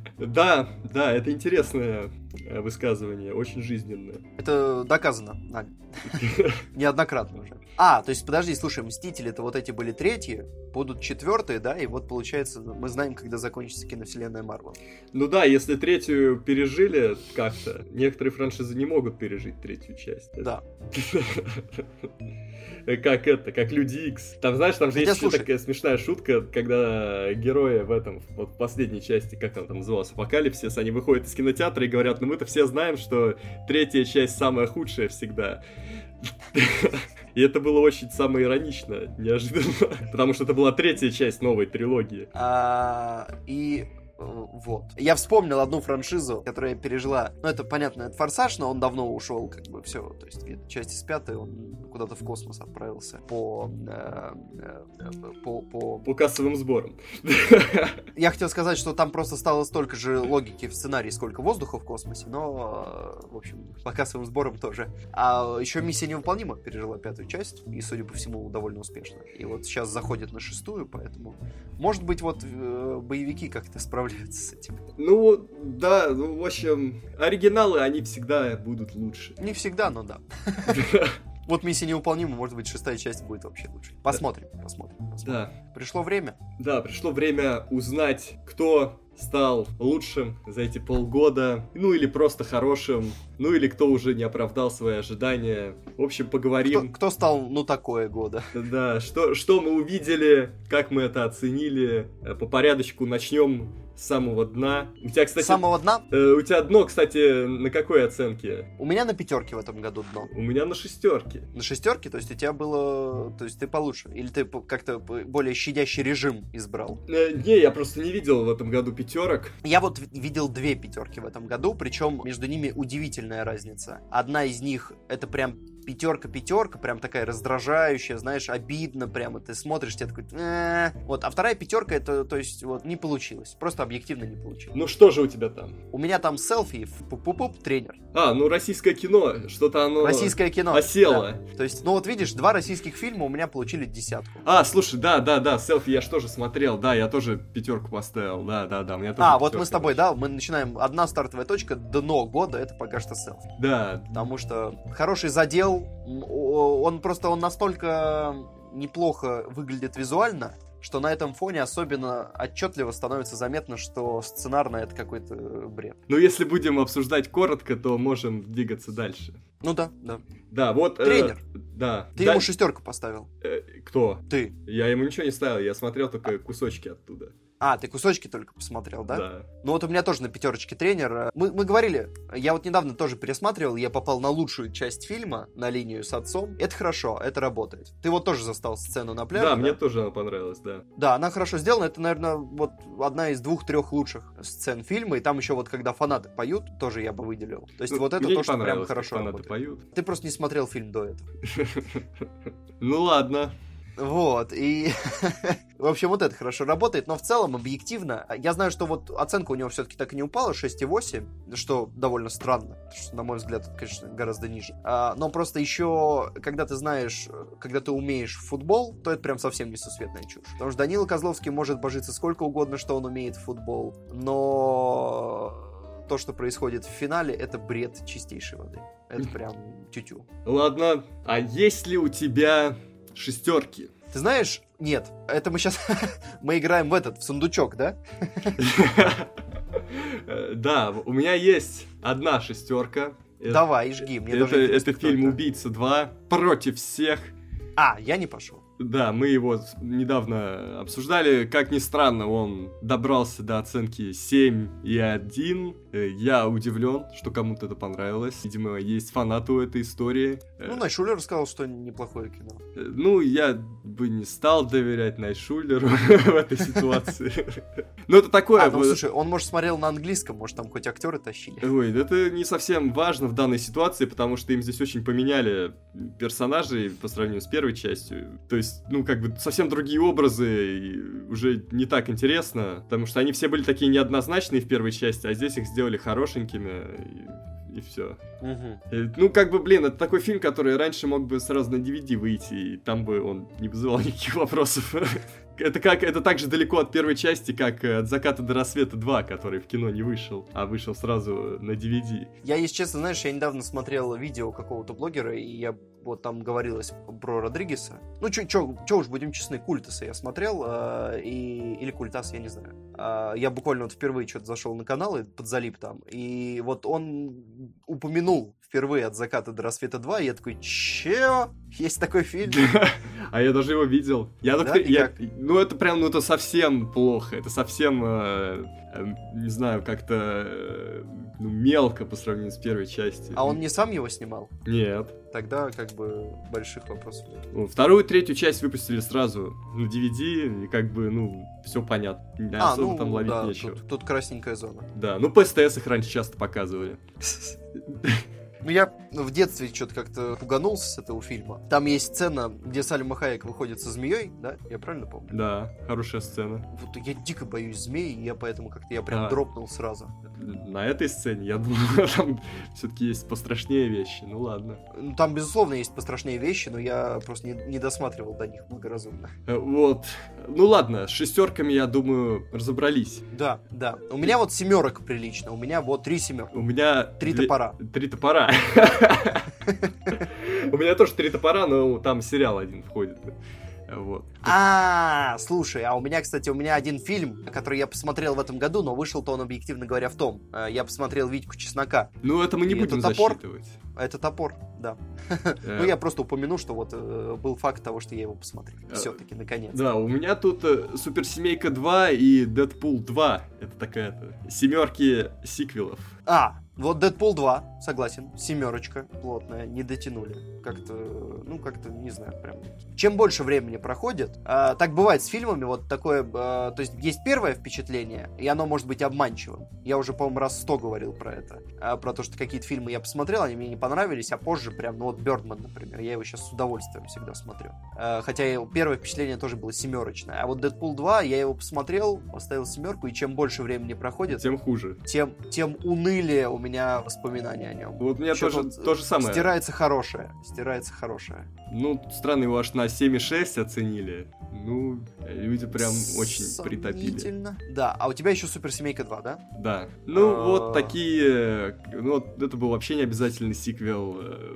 Да, да, это интересное э, высказывание, очень жизненное. Это доказано нами. Неоднократно уже. А, то есть, подожди, слушай, Мстители-то вот эти были третьи, будут четвертые, да, и вот получается, мы знаем, когда закончится киновселенная Марвел. Ну да, если третью пережили как-то, некоторые франшизы не могут пережить третью часть. Да. Как это, как Люди Икс. Там, знаешь, там же Хотя, есть еще слушай. такая смешная шутка, когда герои в этом, вот в последней части, как она там называлась, Апокалипсис, они выходят из кинотеатра и говорят, ну мы-то все знаем, что третья часть самая худшая всегда. И это было очень самоиронично, неожиданно, потому что это была третья часть новой трилогии. А, и Вот. Я вспомнил одну франшизу, которая пережила... Ну, это, понятно, это «Форсаж», но он давно ушел, как бы, все. То есть, где-то части с пятой он куда-то в космос отправился по... Э, э, по, по... По кассовым сборам. Я хотел сказать, что там просто стало столько же логики в сценарии, сколько воздуха в космосе, но, в общем, по кассовым сборам тоже. А еще «Миссия невыполнима» пережила пятую часть, и, судя по всему, довольно успешно. И вот сейчас заходит на шестую, поэтому... Может быть, вот э, боевики как-то справляются с этим. Ну, да, ну, в общем, оригиналы, они всегда будут лучше. Не всегда, но да. Вот «Миссия невыполнима», может быть, шестая часть будет вообще лучше. Посмотрим, посмотрим. посмотрим. Да. Пришло время. Да, пришло время узнать, кто стал лучшим за эти полгода, ну или просто хорошим, ну или кто уже не оправдал свои ожидания. В общем, поговорим. Кто, кто стал, ну, такое года. Да, что, что мы увидели, как мы это оценили. По порядочку начнем с самого дна. У тебя, кстати... С самого дна? Э, у тебя дно, кстати, на какой оценке? У меня на пятерке в этом году дно. У меня на шестерке. На шестерке? То есть у тебя было... То есть ты получше? Или ты как-то более щадящий режим избрал? Э, не, я просто не видел в этом году пятерок. Я вот видел две пятерки в этом году, причем между ними удивительная разница. Одна из них это прям пятерка-пятерка, прям такая раздражающая, знаешь, обидно, прямо ты смотришь, тебе такой... «Э-э-э». Вот, а вторая пятерка, это, то есть, вот, не получилось. Просто объективно не получилось. Ну что же у тебя там? У меня там селфи, пуп-пуп-пуп, тренер. А, ну российское кино, что-то оно... Российское кино. Осело. Да. То есть, ну вот видишь, два российских фильма у меня получили десятку. А, слушай, да, да, да, селфи я же тоже смотрел, да, я тоже пятерку поставил, да, да, да, у меня тоже. А, вот мы с тобой, да, мы начинаем, одна стартовая точка, дно года, это пока что селфи. Да. Потому что хороший задел, он просто, он настолько неплохо выглядит визуально, что на этом фоне особенно отчетливо становится заметно, что сценарно это какой-то бред. Ну, если будем обсуждать коротко, то можем двигаться дальше. Ну да, да. Да, вот... Тренер. Э, да. Ты да, ему шестерку поставил. Э, кто? Ты. Я ему ничего не ставил, я смотрел только кусочки оттуда. А, ты кусочки только посмотрел, да? Да. Ну вот у меня тоже на пятерочке тренер. Мы, мы говорили, я вот недавно тоже пересматривал, я попал на лучшую часть фильма, на линию с отцом. Это хорошо, это работает. Ты вот тоже застал сцену на пляже, Да, да? мне тоже она понравилась, да. Да, она хорошо сделана, это, наверное, вот одна из двух-трех лучших сцен фильма, и там еще вот когда фанаты поют, тоже я бы выделил. То есть Ну, вот это мне то, не что прям понравилось, хорошо как фанаты работает. поют. Ты просто не смотрел фильм до этого. Ну ладно. Вот, и, в общем, вот это хорошо работает, но в целом, объективно, я знаю, что вот оценка у него все-таки так и не упала, шесть и восемь, что довольно странно, потому что, на мой взгляд, это, конечно, гораздо ниже. А, но просто еще, когда ты знаешь, когда ты умеешь в футбол, то это прям совсем несусветная чушь. Потому что Данила Козловский может божиться сколько угодно, что он умеет в футбол, но то, что происходит в финале, это бред чистейшей воды. Это прям тю-тю. Ладно, а есть ли у тебя... шестерки? Ты знаешь, нет, это мы сейчас, мы играем в этот, в сундучок, да? Да, у меня есть одна шестерка. Давай, жги, мне даже Это фильм «Убийца два» против всех. А, я не пошел. Да, мы его недавно обсуждали. Как ни странно, он добрался до оценки семь и один. Я удивлен, что кому-то это понравилось. Видимо, есть фанаты у этой истории. Ну, Найшулер сказал, что неплохое кино. Ну, я бы не стал доверять Найшулеру в этой ситуации. Ну, это такое... А, ну, слушай, он, может, смотрел на английском, может, там хоть актеры тащили. Ой, это не совсем важно в данной ситуации, потому что им здесь очень поменяли персонажей по сравнению с первой частью. То есть, ну, как бы совсем другие образы, и уже не так интересно, потому что они все были такие неоднозначные в первой части, а здесь их сделали хорошенькими, и, и все. Угу. И, ну, как бы, блин, это такой фильм, который раньше мог бы сразу на ди ви ди выйти, и там бы он не вызывал никаких вопросов. Это как, это так же далеко от первой части, как «От заката до рассвета два», который в кино не вышел, а вышел сразу на ди ви ди. Я, если честно, знаешь, я недавно смотрел видео какого-то блогера, и я вот там говорилось про Родригеса. Ну, чё, чё, чё уж, будем честны, Культаса я смотрел, э, и, или Культас, я не знаю. Э, я буквально вот впервые что-то зашел на канал и подзалип там, и вот он упомянул впервые «От заката до рассвета два», и я такой, чё? Есть такой фильм? А я даже его видел. Я, да? я, ну, это прям, ну, это совсем плохо. Это совсем, э, э, не знаю, как-то э, ну, мелко по сравнению с первой частью. А он не сам его снимал? Нет. Тогда, как бы, больших вопросов нет. Ну, вторую и третью часть выпустили сразу на ди ви ди, и как бы, ну, все понятно. А, Особо... особо Ну, там ловить да, нечего. Тут, тут красненькая зона. Да, ну по СТС их раньше часто показывали. Ну, я в детстве что-то как-то пуганулся с этого фильма. Там есть сцена, где Сальма Хайек выходит со змеей, да? Я правильно помню? Да, хорошая сцена. Вот я дико боюсь змей, и я поэтому как-то я прям А. дропнул сразу. На этой сцене, я думаю, там все-таки есть пострашнее вещи. Ну ладно. Ну, там, безусловно, есть пострашнее вещи, но я просто не, не досматривал до них благоразумно. Э, Вот. Ну ладно, с шестерками, я думаю, разобрались. Да, да. У меня вот семерок прилично. У меня вот три семерки. У меня... Три две- топора. Три топора. У меня тоже три топора, но там сериал один входит. Вот. А, слушай, а у меня, кстати, у меня один фильм, который я посмотрел в этом году, но вышел-то он, объективно говоря, в том. Э, Я посмотрел «Витьку Чеснока». Ну, это мы не И будем это топор? засчитывать. Это топор, да. Э, Ну, я просто упомяну, что вот э, был факт того, что я его посмотрел. Э, Все-таки, наконец. Да, у меня тут э, Суперсемейка два и Дэдпул два. Это такая-то семерки сиквелов. А, вот «Дэдпул два», согласен, семерочка плотная, не дотянули. Как-то, ну, как-то, не знаю, прям... Чем больше времени проходит, а, так бывает с фильмами, вот такое, а, то есть есть первое впечатление, и оно может быть обманчивым. Я уже, по-моему, раз сто говорил про это. А, про то, что какие-то фильмы я посмотрел, они мне не понравились, а позже прям, ну вот «Бёрдман», например, я его сейчас с удовольствием всегда смотрю. А, хотя и первое впечатление тоже было семерочное. А вот «Дэдпул два», я его посмотрел, поставил семерку, и чем больше времени проходит, Тем хуже. тем, тем унылее у меня воспоминания о нем. Вот у меня Чё-то тоже вот то же самое. Стирается хорошее. Стирается хорошее. Ну, странно, его аж на семь и шесть оценили. Ну, люди прям очень притопили. Сомнительно. Да, а у тебя еще Суперсемейка два, да? Да. Ну, А. вот такие... Ну, вот это был вообще не обязательный сиквел.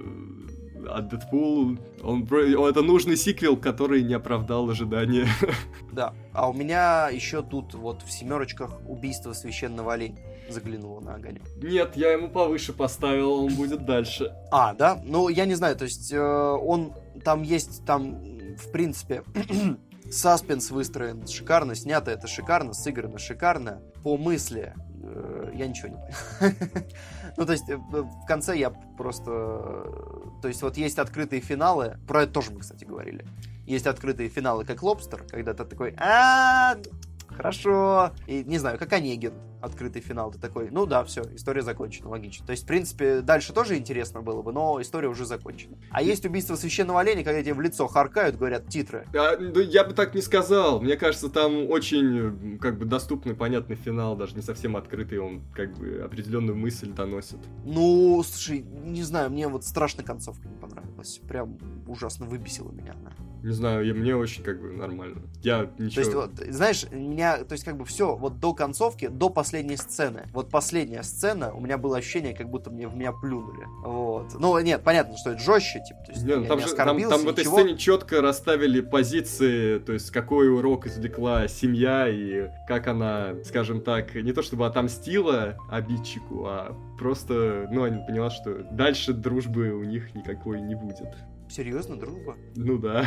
э, А Дэдпул, он, про- он- это нужный сиквел, который не оправдал ожидания. Да. А у меня еще тут вот в семерочках убийство священного оленя заглянуло на огонек. Нет, я ему повыше поставил, он будет дальше. А, да? Ну, я не знаю, то есть э, он... Там есть, там, в принципе... Саспенс выстроен шикарно, снято это шикарно, сыграно шикарно. По мысли э, я ничего не понял. Ну, то есть, э, в конце я просто... э, То есть, вот есть открытые финалы. Про это тоже мы, кстати, говорили. Есть открытые финалы, как «Лобстер», когда ты такой... а Хорошо. И, не знаю, как «Онегин». Открытый финал. Ты такой, ну да, все, история закончена, логично. То есть, в принципе, дальше тоже интересно было бы, но история уже закончена. А есть убийство священного оленя, когда тебе в лицо харкают, говорят титры. А, ну, я бы так не сказал. Мне кажется, там очень, как бы, доступный, понятный финал, даже не совсем открытый, он, как бы, определенную мысль доносит. Ну, слушай, не знаю, мне вот страшно концовка не понравилась. Прям ужасно выбесила меня она. Не знаю, я, мне очень, как бы, нормально. Я ничего... То есть, вот, знаешь, меня, то есть, как бы все, вот до концовки, до последней сцены. Вот последняя сцена, у меня было ощущение, как будто мне в меня плюнули. Вот. Ну, нет, понятно, что это жестче, типа, то есть, Не, ну, я там, не же, там, оскорбился, там в этой ничего. сцене четко расставили позиции, то есть какой урок извлекла семья и как она, скажем так, не то чтобы отомстила обидчику, а просто, ну, она поняла, что дальше дружбы у них никакой не будет. Серьезно, дружба? Ну да.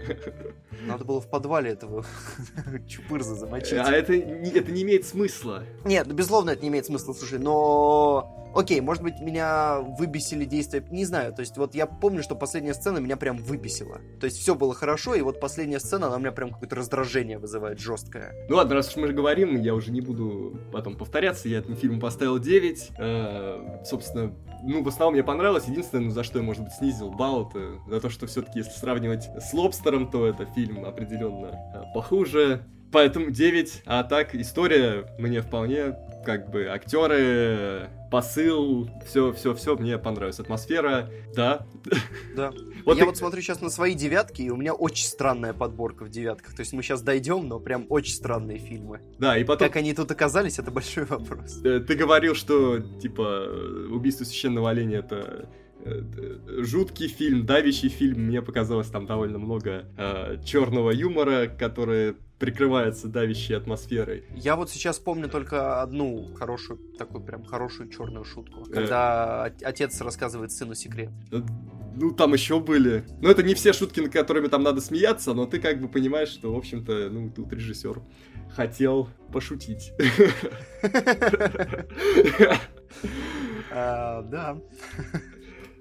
Надо было в подвале этого чупырза замочить. А это не, это не имеет смысла. Нет, ну, безусловно, это не имеет смысла, слушай, но... Окей, может быть, меня выбесили действия, не знаю, то есть вот я помню, что последняя сцена меня прям выбесила. То есть все было хорошо, и вот последняя сцена, она у меня прям какое-то раздражение вызывает жесткое. Ну ладно, раз уж мы говорим, я уже не буду потом повторяться, я этому фильму поставил девять. Э, собственно, ну, в основном мне понравилось. Единственное, ну, за что я, может быть, снизил балл, это за то, что все-таки, если сравнивать с «Лобстером», то это фильм определенно э, похуже. Поэтому девять, а так история мне вполне, как бы, актеры, посыл, все-все-все мне понравилось. Атмосфера, да. Да. Вот я и- вот смотрю сейчас на свои девятки, и у меня очень странная подборка в девятках. То есть мы сейчас дойдем, но прям очень странные фильмы. Да, и потом... Как они тут оказались, это большой вопрос. Э, Ты говорил, что, типа, «Убийство священного оленя» — это э, э, жуткий фильм, давящий фильм. Мне показалось, там довольно много э, черного юмора, который прикрывается давящей атмосферой. Я вот сейчас помню только одну хорошую, такую прям хорошую черную шутку. Когда от- отец рассказывает сыну секрет. Э, Ну, там еще были. Ну, это не все шутки, над которыми там надо смеяться, но ты как бы понимаешь, что, в общем-то, ну, тут режиссер хотел пошутить. А, Да.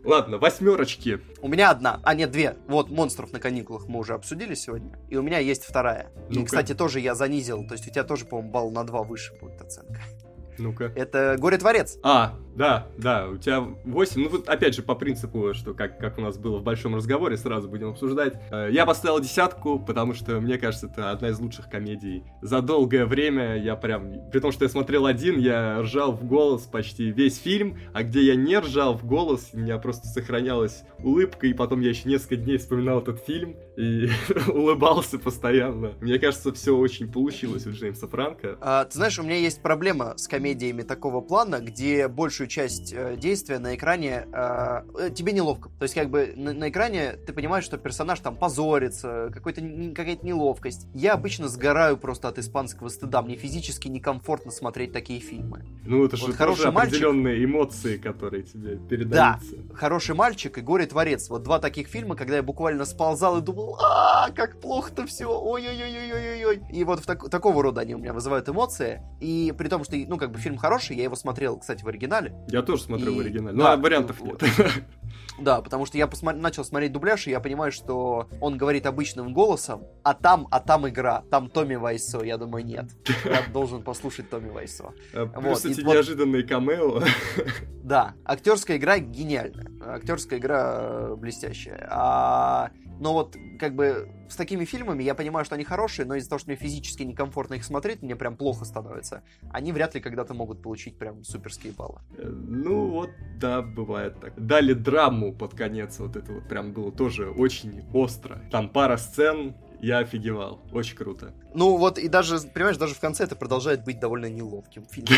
Ладно, восьмерочки. У меня одна, а нет, две. Вот «Монстров на каникулах» мы уже обсудили сегодня. И у меня есть вторая. И, Ну-ка. кстати, тоже я занизил. То есть у тебя тоже, по-моему, балл на два выше будет оценка. Ну-ка. Это «Горе-творец». А, да, да, у тебя восемь. Ну вот опять же по принципу, что как, как у нас было в большом разговоре, сразу будем обсуждать. Э, Я поставил десятку, потому что, мне кажется, это одна из лучших комедий за долгое время. Я прям, при том, что я смотрел один, я ржал в голос почти весь фильм, а где я не ржал в голос, у меня просто сохранялась улыбка, и потом я еще несколько дней вспоминал этот фильм и улыбался постоянно. Мне кажется, все очень получилось у Джеймса Франко. А, ты знаешь, у меня есть проблема с комедиями такого плана, где большую часть э, действия на экране э, э, тебе неловко. То есть, как бы на, на экране ты понимаешь, что персонаж там позорится, какой-то, н- какая-то неловкость. Я обычно сгораю просто от испанского стыда. Мне физически некомфортно смотреть такие фильмы. Ну, это же Вот тоже хороший мальчик. определенные эмоции, которые тебе передаются. «Хороший мальчик» и «Горе-творец». Вот два таких фильма, когда я буквально сползал и думал, а как плохо-то все, ой-ой-ой-ой-ой-ой. И вот в так- такого рода они у меня вызывают эмоции. И при том, что, ну, как бы фильм хороший, я его смотрел, кстати, в оригинале. Я тоже смотрю И- в оригинале. да, Ну, а вариантов вот. нет. Да, потому что я посма- начал смотреть дубляж, и я понимаю, что он говорит обычным голосом, а там, а там игра, там Томми Вайсо. Я думаю, нет, я должен послушать Томми Вайсо. А, Вот, Плюс и эти вот- неожиданные камео. Да, актерская игра гениальная, актерская игра э, блестящая. А, но вот как бы с такими фильмами я понимаю, что они хорошие, но из-за того, что мне физически некомфортно их смотреть, мне прям плохо становится. Они вряд ли когда-то могут получить прям суперские баллы. Э, Ну, вот, да, бывает так. Дали драму под конец, вот это вот прям было тоже очень остро. Там пара сцен, я офигевал. Очень круто. Ну вот и даже, понимаешь, даже в конце это продолжает быть довольно неловким фильмом.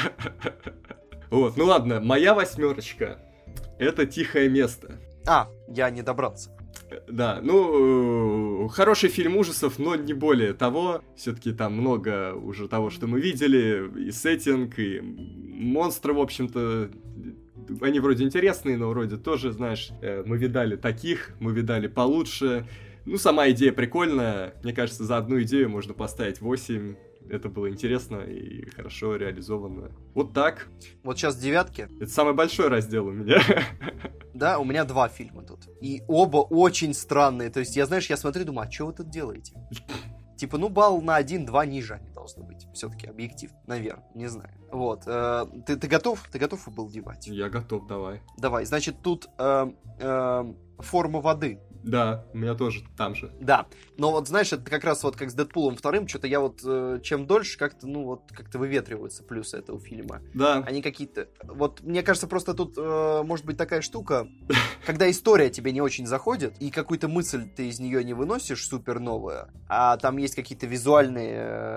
Вот, ну ладно, моя восьмерочка. Это «Тихое место». А, я не добрался. Да, ну, э, хороший фильм ужасов, но не более того. Все-таки там много уже того, что мы видели. И сеттинг, и монстры, в общем-то, они вроде интересные, но вроде тоже, знаешь, э, мы видали таких, мы видали получше. Ну, сама идея прикольная. Мне кажется, за одну идею можно поставить восемь. Это было интересно и хорошо реализовано. Вот так. Вот сейчас девятки. Это самый большой раздел у меня. Да, у меня два фильма тут. И оба очень странные. То есть, я, знаешь, я смотрю и думаю, а что вы тут делаете? Типа, ну, балл на один-два ниже они должны быть. Все-таки объективно, наверное, не знаю. Вот. э, ты, ты готов? Ты готов был девать? Я готов, давай. Давай, значит, тут э, э, форма воды. Да, у меня тоже там же. Да, но вот знаешь, это как раз вот как с Дэдпулом вторым, что-то я вот э, чем дольше как-то, ну вот, как-то выветриваются плюсы этого фильма. Да. Они какие-то... Вот мне кажется, просто тут э, может быть такая штука, когда история тебе не очень заходит, и какую-то мысль ты из нее не выносишь супер новую, а там есть какие-то визуальные...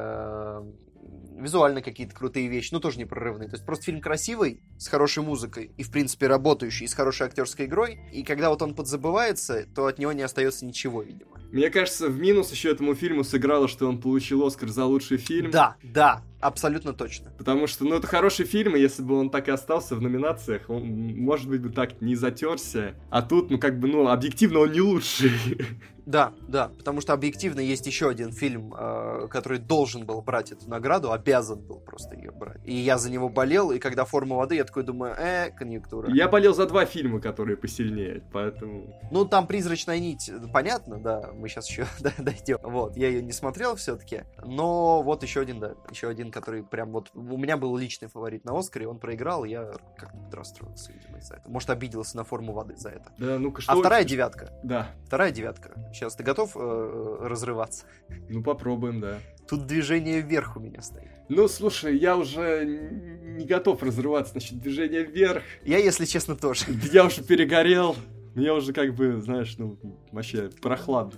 э, визуально какие-то крутые вещи, ну тоже непрерывные. То есть просто фильм красивый, с хорошей музыкой и, в принципе, работающий, и с хорошей актерской игрой. И когда вот он подзабывается, то от него не остается ничего, видимо. Мне кажется, в минус еще этому фильму сыграло, что он получил Оскар за лучший фильм. Да, да, абсолютно точно. Потому что, ну, это хороший фильм, и если бы он так и остался в номинациях, он, может быть, бы так не затерся. А тут, ну, как бы, ну, объективно он не лучший. Да, да, потому что объективно есть еще один фильм, э, который должен был брать эту награду, обязан был просто ее брать. И я за него болел, и когда «Форма воды», я такой думаю, э, конъюнктура. Я болел за два фильма, которые посильнее, поэтому... Ну, там «Призрачная нить», понятно, да, мы сейчас еще дойдем. Вот, я ее не смотрел все-таки, но вот еще один, да, еще один, который прям вот... У меня был личный фаворит на «Оскаре», он проиграл, и я как-то расстроился, видимо, из-за этого. Может, обиделся на «Форму воды» за это. Да, ну-ка, что... А вторая девятка? Да. Вторая девятка. Сейчас ты готов э, разрываться? Ну, попробуем, да. Тут движение вверх у меня стоит. Ну, слушай, я уже не готов разрываться насчет движения вверх. Я, если честно, тоже. Я уже перегорел. Мне уже как бы, знаешь, ну, вообще прохладно.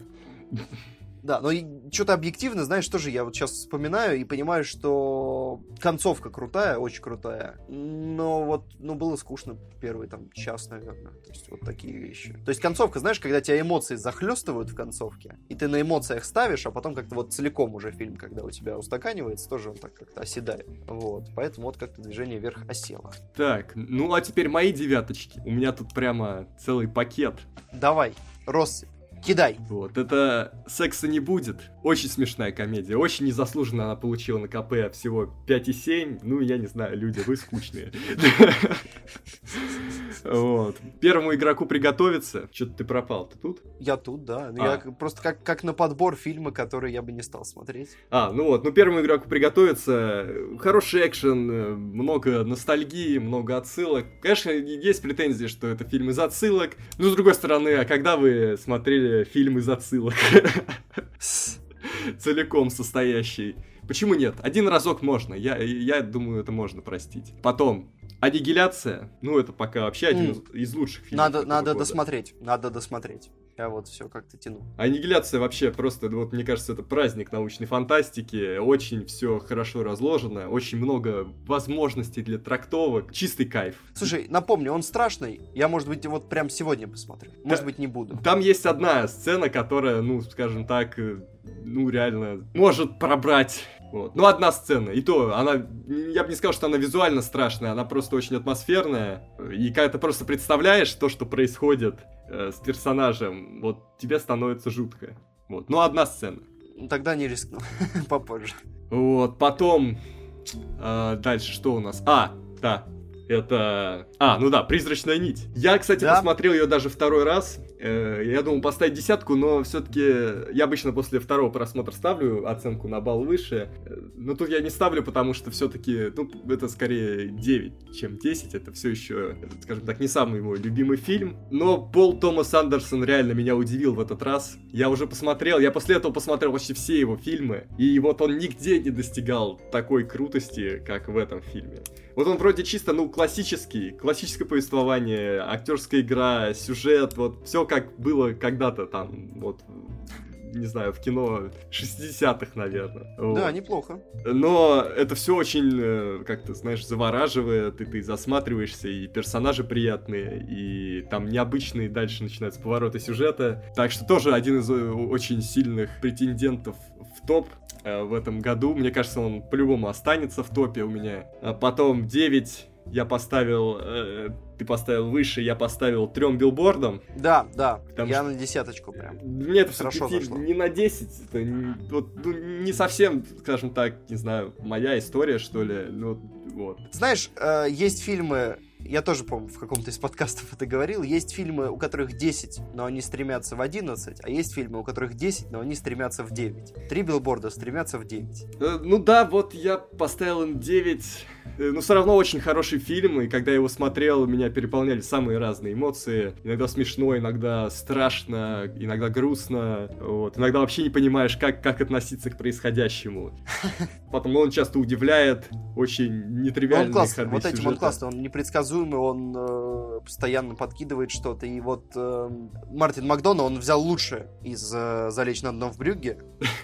Да, но что-то объективно, знаешь, тоже я вот сейчас вспоминаю и понимаю, что концовка крутая, очень крутая, но вот, ну, было скучно первый там час, наверное, то есть вот такие вещи. То есть концовка, знаешь, когда тебя эмоции захлестывают в концовке, и ты на эмоциях ставишь, а потом как-то вот целиком уже фильм, когда у тебя устаканивается, тоже он так как-то оседает. Вот, поэтому вот как-то движение вверх осело. Так, ну а теперь мои девяточки. У меня тут прямо целый пакет. Давай, россыпь. Кидай. Вот, это «Секса не будет». Очень смешная комедия. Очень незаслуженно она получила на КП всего пять и семь. Ну, я не знаю, люди, вы скучные. Вот. Первому игроку приготовиться. Что-то ты пропал, ты тут? Я тут, да. А. Я просто как, как на подбор фильмы, которые я бы не стал смотреть. А, ну вот, ну первому игроку приготовиться. Хороший экшен, много ностальгии, много отсылок. Конечно, есть претензии, что это фильм из отсылок. Но с другой стороны, а когда вы смотрели фильм из отсылок? Целиком состоящий. Почему нет? Один разок можно. Я, я думаю, это можно простить. Потом, «Аннигиляция». Ну, это пока вообще один из, из лучших фильмов. Надо, надо года. досмотреть. Надо досмотреть. Я вот все как-то тяну. «Аннигиляция» вообще просто, вот мне кажется, это праздник научной фантастики. Очень все хорошо разложено. Очень много возможностей для трактовок. Чистый кайф. Слушай, напомню, он страшный. Я, может быть, вот прям сегодня посмотрю. Может Да, быть, не буду. Там есть одна сцена, которая, ну, скажем так, ну, реально может пробрать. Вот. Ну, одна сцена. И то, она, я бы не сказал, что она визуально страшная, она просто очень атмосферная. И когда ты просто представляешь то, что происходит э, с персонажем, вот тебе становится жутко. Вот. Ну, одна сцена. Тогда не рискну. Попозже. Вот, потом... э, дальше что у нас? А, да. Это... А, ну да, «Призрачная нить». Я, кстати, да? посмотрел ее даже второй раз. Я думал поставить десятку, но все-таки я обычно после второго просмотра ставлю оценку на балл выше. Но тут я не ставлю, потому что все-таки, ну, это скорее девять, чем десять. Это все еще, скажем так, не самый мой любимый фильм. Но Пол Томас Андерсон реально меня удивил в этот раз. Я уже посмотрел, я после этого посмотрел почти все его фильмы. И вот он нигде не достигал такой крутости, как в этом фильме. Вот он вроде чисто, ну, классический, классическое повествование, актерская игра, сюжет, вот все как было когда-то там, вот, не знаю, в кино шестидесятых, наверное. Вот. Да, неплохо. Но это все очень, как-то, знаешь, завораживает, и ты засматриваешься, и персонажи приятные, и там необычные дальше начинаются повороты сюжета. Так что тоже один из очень сильных претендентов в топ в этом году. Мне кажется, он по-любому останется в топе у меня. А потом девять я поставил, э, ты поставил выше, я поставил трем билбордам. Да, да, Потому я что... на десяточку прям. Мне это хорошо все-таки зашло. Не на десять, это не, вот, ну, не совсем, скажем так, не знаю, моя история, что ли, ну, вот. Знаешь, э, есть фильмы, я тоже, помню, в каком-то из подкастов это говорил, есть фильмы, у которых десять, но они стремятся в одиннадцать, а есть фильмы, у которых десять, но они стремятся в девять. Три билборда стремятся в девять. Э, ну да, вот я поставил им девять, э, но все равно очень хороший фильм, и когда я его смотрел, меня переполняли самые разные эмоции. Иногда смешно, иногда страшно, иногда грустно, вот. Иногда вообще не понимаешь, как, как относиться к происходящему. Потом, ну, он часто удивляет, очень нетривиальные Он классный, ходы вот этим сюжета. он классный, он непредсказуемый, он э, постоянно подкидывает что-то, и вот э, Мартин Макдона, он взял лучшее из э, «Залечь на дно в Брюгге»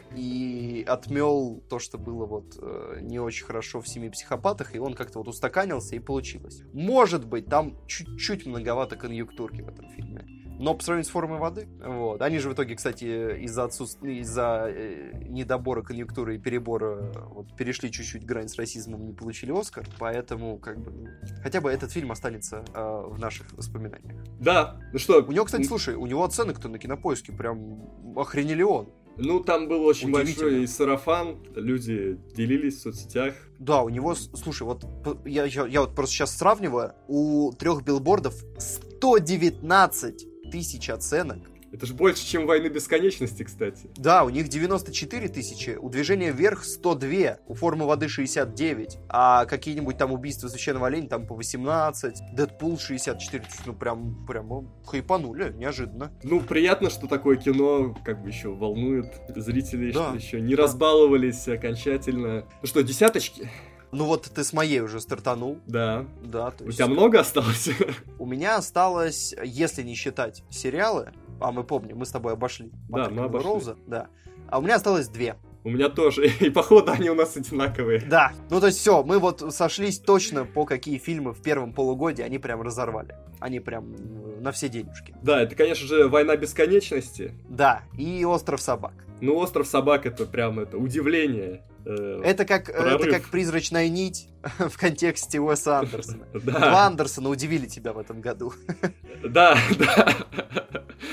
и отмел то, что было вот э, не очень хорошо в «Семи психопатах», и он как-то вот устаканился, и получилось. Может быть, там чуть-чуть многовато конъюнктурки в этом фильме. Но по сравнению с «Формой воды», вот. Они же в итоге, кстати, из-за отсутствия, из-за э, недобора конъюнктуры и перебора вот, перешли чуть-чуть грань с расизмом, не получили «Оскар», поэтому как бы хотя бы этот фильм останется э, в наших воспоминаниях. Да, ну что... У него, кстати, слушай, у него оценок-то на Кинопоиске прям охренели он. Ну, там был очень большой сарафан, люди делились в соцсетях. Да, у него, слушай, вот я, я, я вот просто сейчас сравниваю, у трех билбордов сто девятнадцать тысяч оценок. Это же больше, чем «Войны бесконечности», кстати. Да, у них девяносто четыре тысячи, у «Движения вверх» сто два, у «Формы воды» шестьдесят девять, а какие-нибудь там «Убийства священного оленя» там по восемнадцать, «Дэдпул» шестьдесят четыре, ну прям, прям хайпанули, неожиданно. Ну, приятно, что такое кино как бы еще волнует зрителей, да. что еще не разбаловались окончательно. Ну что, десяточки? Ну вот ты с моей уже стартанул. Да. Да. То у есть... тебя много осталось? У меня осталось, если не считать сериалы, а мы помним, мы с тобой обошли. Да, мы обошли. Роуза, да. А у меня осталось две. У меня тоже. И походу они у нас одинаковые. Да. Ну то есть все, мы вот сошлись точно по какие фильмы в первом полугодии они прям разорвали. Они прям на все денежки. Да, это, конечно же, «Война бесконечности». Да, и «Остров собак». Ну, «Остров собак» — это прям это удивление. Э, это, как, это как «Призрачная нить» в контексте Уэса Андерсона. Да. Два Андерсона удивили тебя в этом году. Да, да.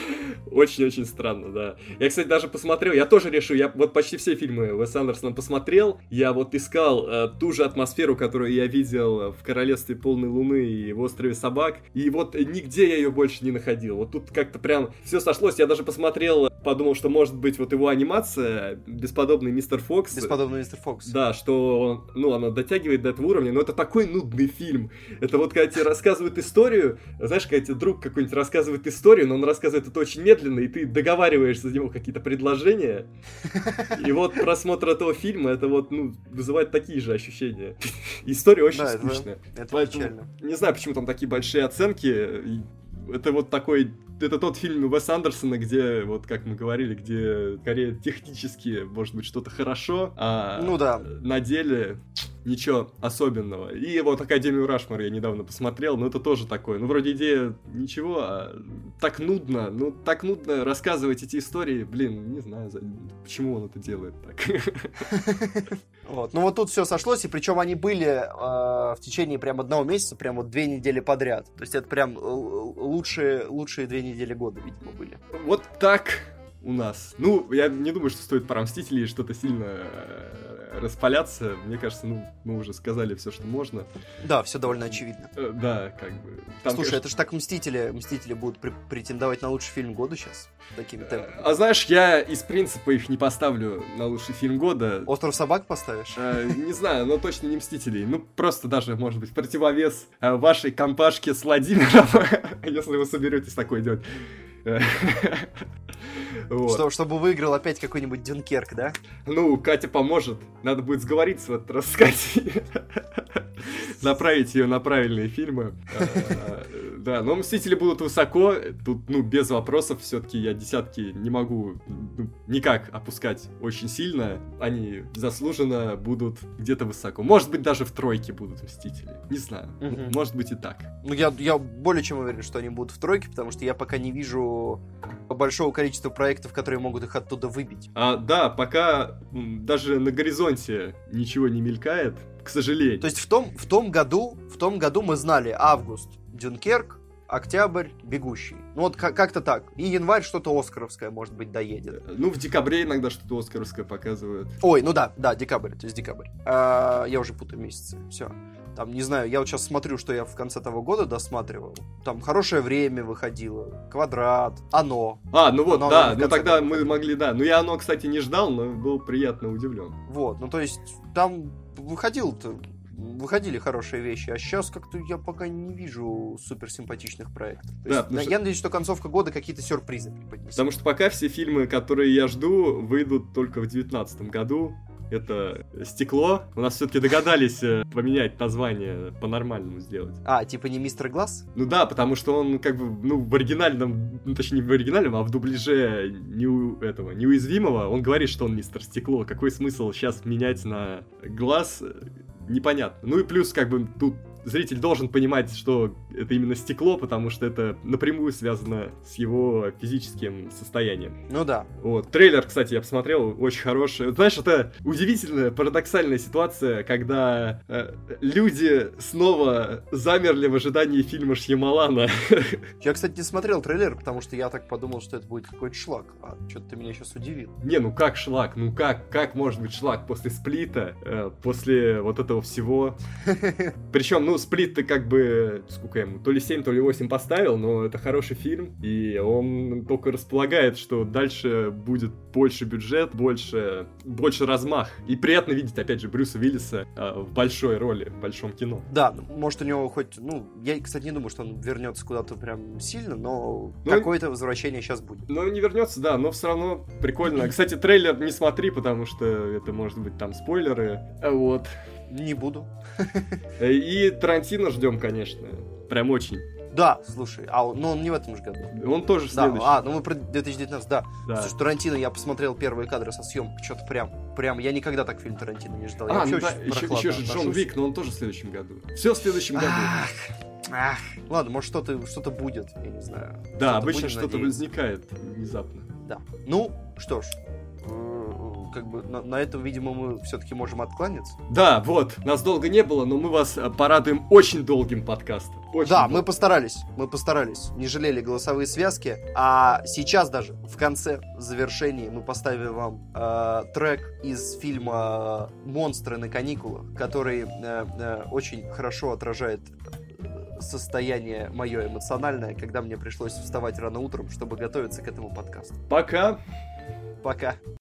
Очень-очень странно, да. Я, кстати, даже посмотрел, я тоже решил, я вот почти все фильмы Уэса Андерсона посмотрел, я вот искал э, ту же атмосферу, которую я видел в «Королевстве полной луны» и в «Острове собак», и вот нигде я ее больше не находил. Вот тут как-то прям все сошлось, я даже посмотрел, подумал, что может быть вот его анимация «Бесподобный мистер Фокс». «Бесподобный мистер Фокс». Да, что, ну, она дотягивает до этого уровня, но это такой нудный фильм. Это вот когда тебе рассказывают историю, знаешь, когда тебе друг какой-нибудь рассказывает историю, но он рассказывает это очень медленно, и ты договариваешься за него какие-то предложения. И вот просмотр этого фильма, это вот, ну, вызывает такие же ощущения. История очень да, скучная. Это, это Поэтому, печально. не знаю, почему там такие большие оценки. Это вот такой... Это тот фильм Уэса Андерсона, где, вот как мы говорили, где скорее технически, может быть, что-то хорошо, а ну, да. на деле ничего особенного. И вот «Академию Рашмор» я недавно посмотрел, но это тоже такое. Ну, вроде идея ничего, а так нудно. Ну, так нудно рассказывать эти истории. Блин, не знаю, почему он это делает так. Вот. Ну вот тут все сошлось, и причем они были э, в течение прям одного месяца, прям вот две недели подряд. То есть это прям лучшие, лучшие две недели года, видимо, были. Вот так у нас. Ну, я не думаю, что стоит про «Мстителей» что-то сильно распаляться. Мне кажется, ну, мы уже сказали все, что можно. Да, все довольно очевидно. Э, да, как бы. Там, Слушай, конечно... это же так Мстители, Мстители будут пр- претендовать на лучший фильм года сейчас? Такими темпами. А знаешь, я из принципа их не поставлю на лучший фильм года. «Остров собак» поставишь? Э, не знаю, но точно не «Мстителей». Ну, просто даже, может быть, противовес э, вашей компашке с Владимиром, если вы соберетесь такое делать. Вот. Что, чтобы выиграл опять какой-нибудь Дюнкерк, да? Ну, Катя поможет. Надо будет сговориться в этот раз с Катей. Направить ее на правильные фильмы. Да, но «Мстители» будут высоко. Тут, ну, без вопросов. Все-таки я десятки не могу ну, никак опускать очень сильно. Они заслуженно будут где-то высоко. Может быть, даже в тройке будут «Мстители». Не знаю. Мгм. Может быть и так. Ну, я, я более чем уверен, что они будут в тройке, потому что я пока не вижу большого количества проектов, которые могут их оттуда выбить. А, да, пока м, даже на горизонте ничего не мелькает, к сожалению. То есть в том, в том году, в том году мы знали август Дюнкерк, октябрь Бегущий. Ну вот как- как-то так. И январь что-то оскаровское, может быть, доедет. Ну, в декабре иногда что-то оскаровское показывают. Ой, ну да, да, декабрь, то есть декабрь. А, я уже путаю месяцы. Все. Там, не знаю, я вот сейчас смотрю, что я в конце того года досматривал. Там «Хорошее время» выходило, «Квадрат», «Оно». А, ну вот, Оно да, в ну конце тогда года мы выходило. могли, да. Ну я оно, кстати, не ждал, но был приятно удивлен. Вот, ну то есть там выходил-то, выходили хорошие вещи, а сейчас как-то я пока не вижу суперсимпатичных проектов. То Да, есть, потому я что- надеюсь, что концовка года какие-то сюрпризы преподнесет. Потому что пока все фильмы, которые я жду, выйдут только в девятнадцатом году. Это «Стекло». У нас все-таки догадались э, поменять название, по-нормальному сделать. А, типа не «Мистер Глаз»? Ну да, потому что он как бы, ну, в оригинальном, ну, точнее, не в оригинальном, а в дубляже неу, этого, неуязвимого, он говорит, что он мистер Стекло. Какой смысл сейчас менять на глаз, непонятно. Ну и плюс, как бы, тут зритель должен понимать, что это именно стекло, потому что это напрямую связано с его физическим состоянием. Ну да. Вот. Трейлер, кстати, я посмотрел, очень хороший. Знаешь, это удивительная, парадоксальная ситуация, когда э, люди снова замерли в ожидании фильма Шьямалана. Я, кстати, не смотрел трейлер, потому что я так подумал, что это будет какой-то шлак. А что-то ты меня сейчас удивил. Не, ну как шлак? Ну как? Как может быть шлак после Сплита? э, после вот этого всего? Причем, ну, Сплит-то как бы, сколько ему, то ли семь, то ли восемь поставил, но это хороший фильм, и он только располагает, что дальше будет больше бюджет, больше, больше размах. И приятно видеть, опять же, Брюса Уиллиса э, в большой роли, в большом кино. Да, ну, может у него хоть, ну, я, кстати, не думаю, что он вернется куда-то прям сильно, но Ну, какое-то возвращение сейчас будет. Но не вернется, да, но все равно прикольно. Кстати, трейлер не смотри, потому что это может быть там спойлеры. Вот. Не буду. И Тарантино ждем, конечно. Прям очень. Да, слушай, а он, ну он не в этом же году. Он тоже Да, следующий. а, ну мы про две тысячи девятнадцатый, да. Да. Слушай, Тарантино, я посмотрел первые кадры со съемки, что-то прям, прям, я никогда так фильм Тарантино не ждал. Я А, вообще ну да, очень еще, прохладно еще же Джон отношусь. Вик, но он тоже в следующем году. Все в следующем году. Ах, ах. Ладно, может что-то, что-то будет, я не знаю. Да, Что-то обычно будем что-то надеяться. возникает внезапно. Да. Ну, что ж, э, как бы на, на это, видимо, мы все-таки можем откланяться. Да, вот, нас долго не было, но мы вас э, порадуем очень долгим подкастом. Очень Да, долгим. мы постарались, мы постарались, не жалели голосовые связки, а сейчас даже в конце, в завершении, мы поставим вам э, трек из фильма «Монстры на каникулах», который э, э, очень хорошо отражает состояние мое эмоциональное, когда мне пришлось вставать рано утром, чтобы готовиться к этому подкасту. Пока. Пока.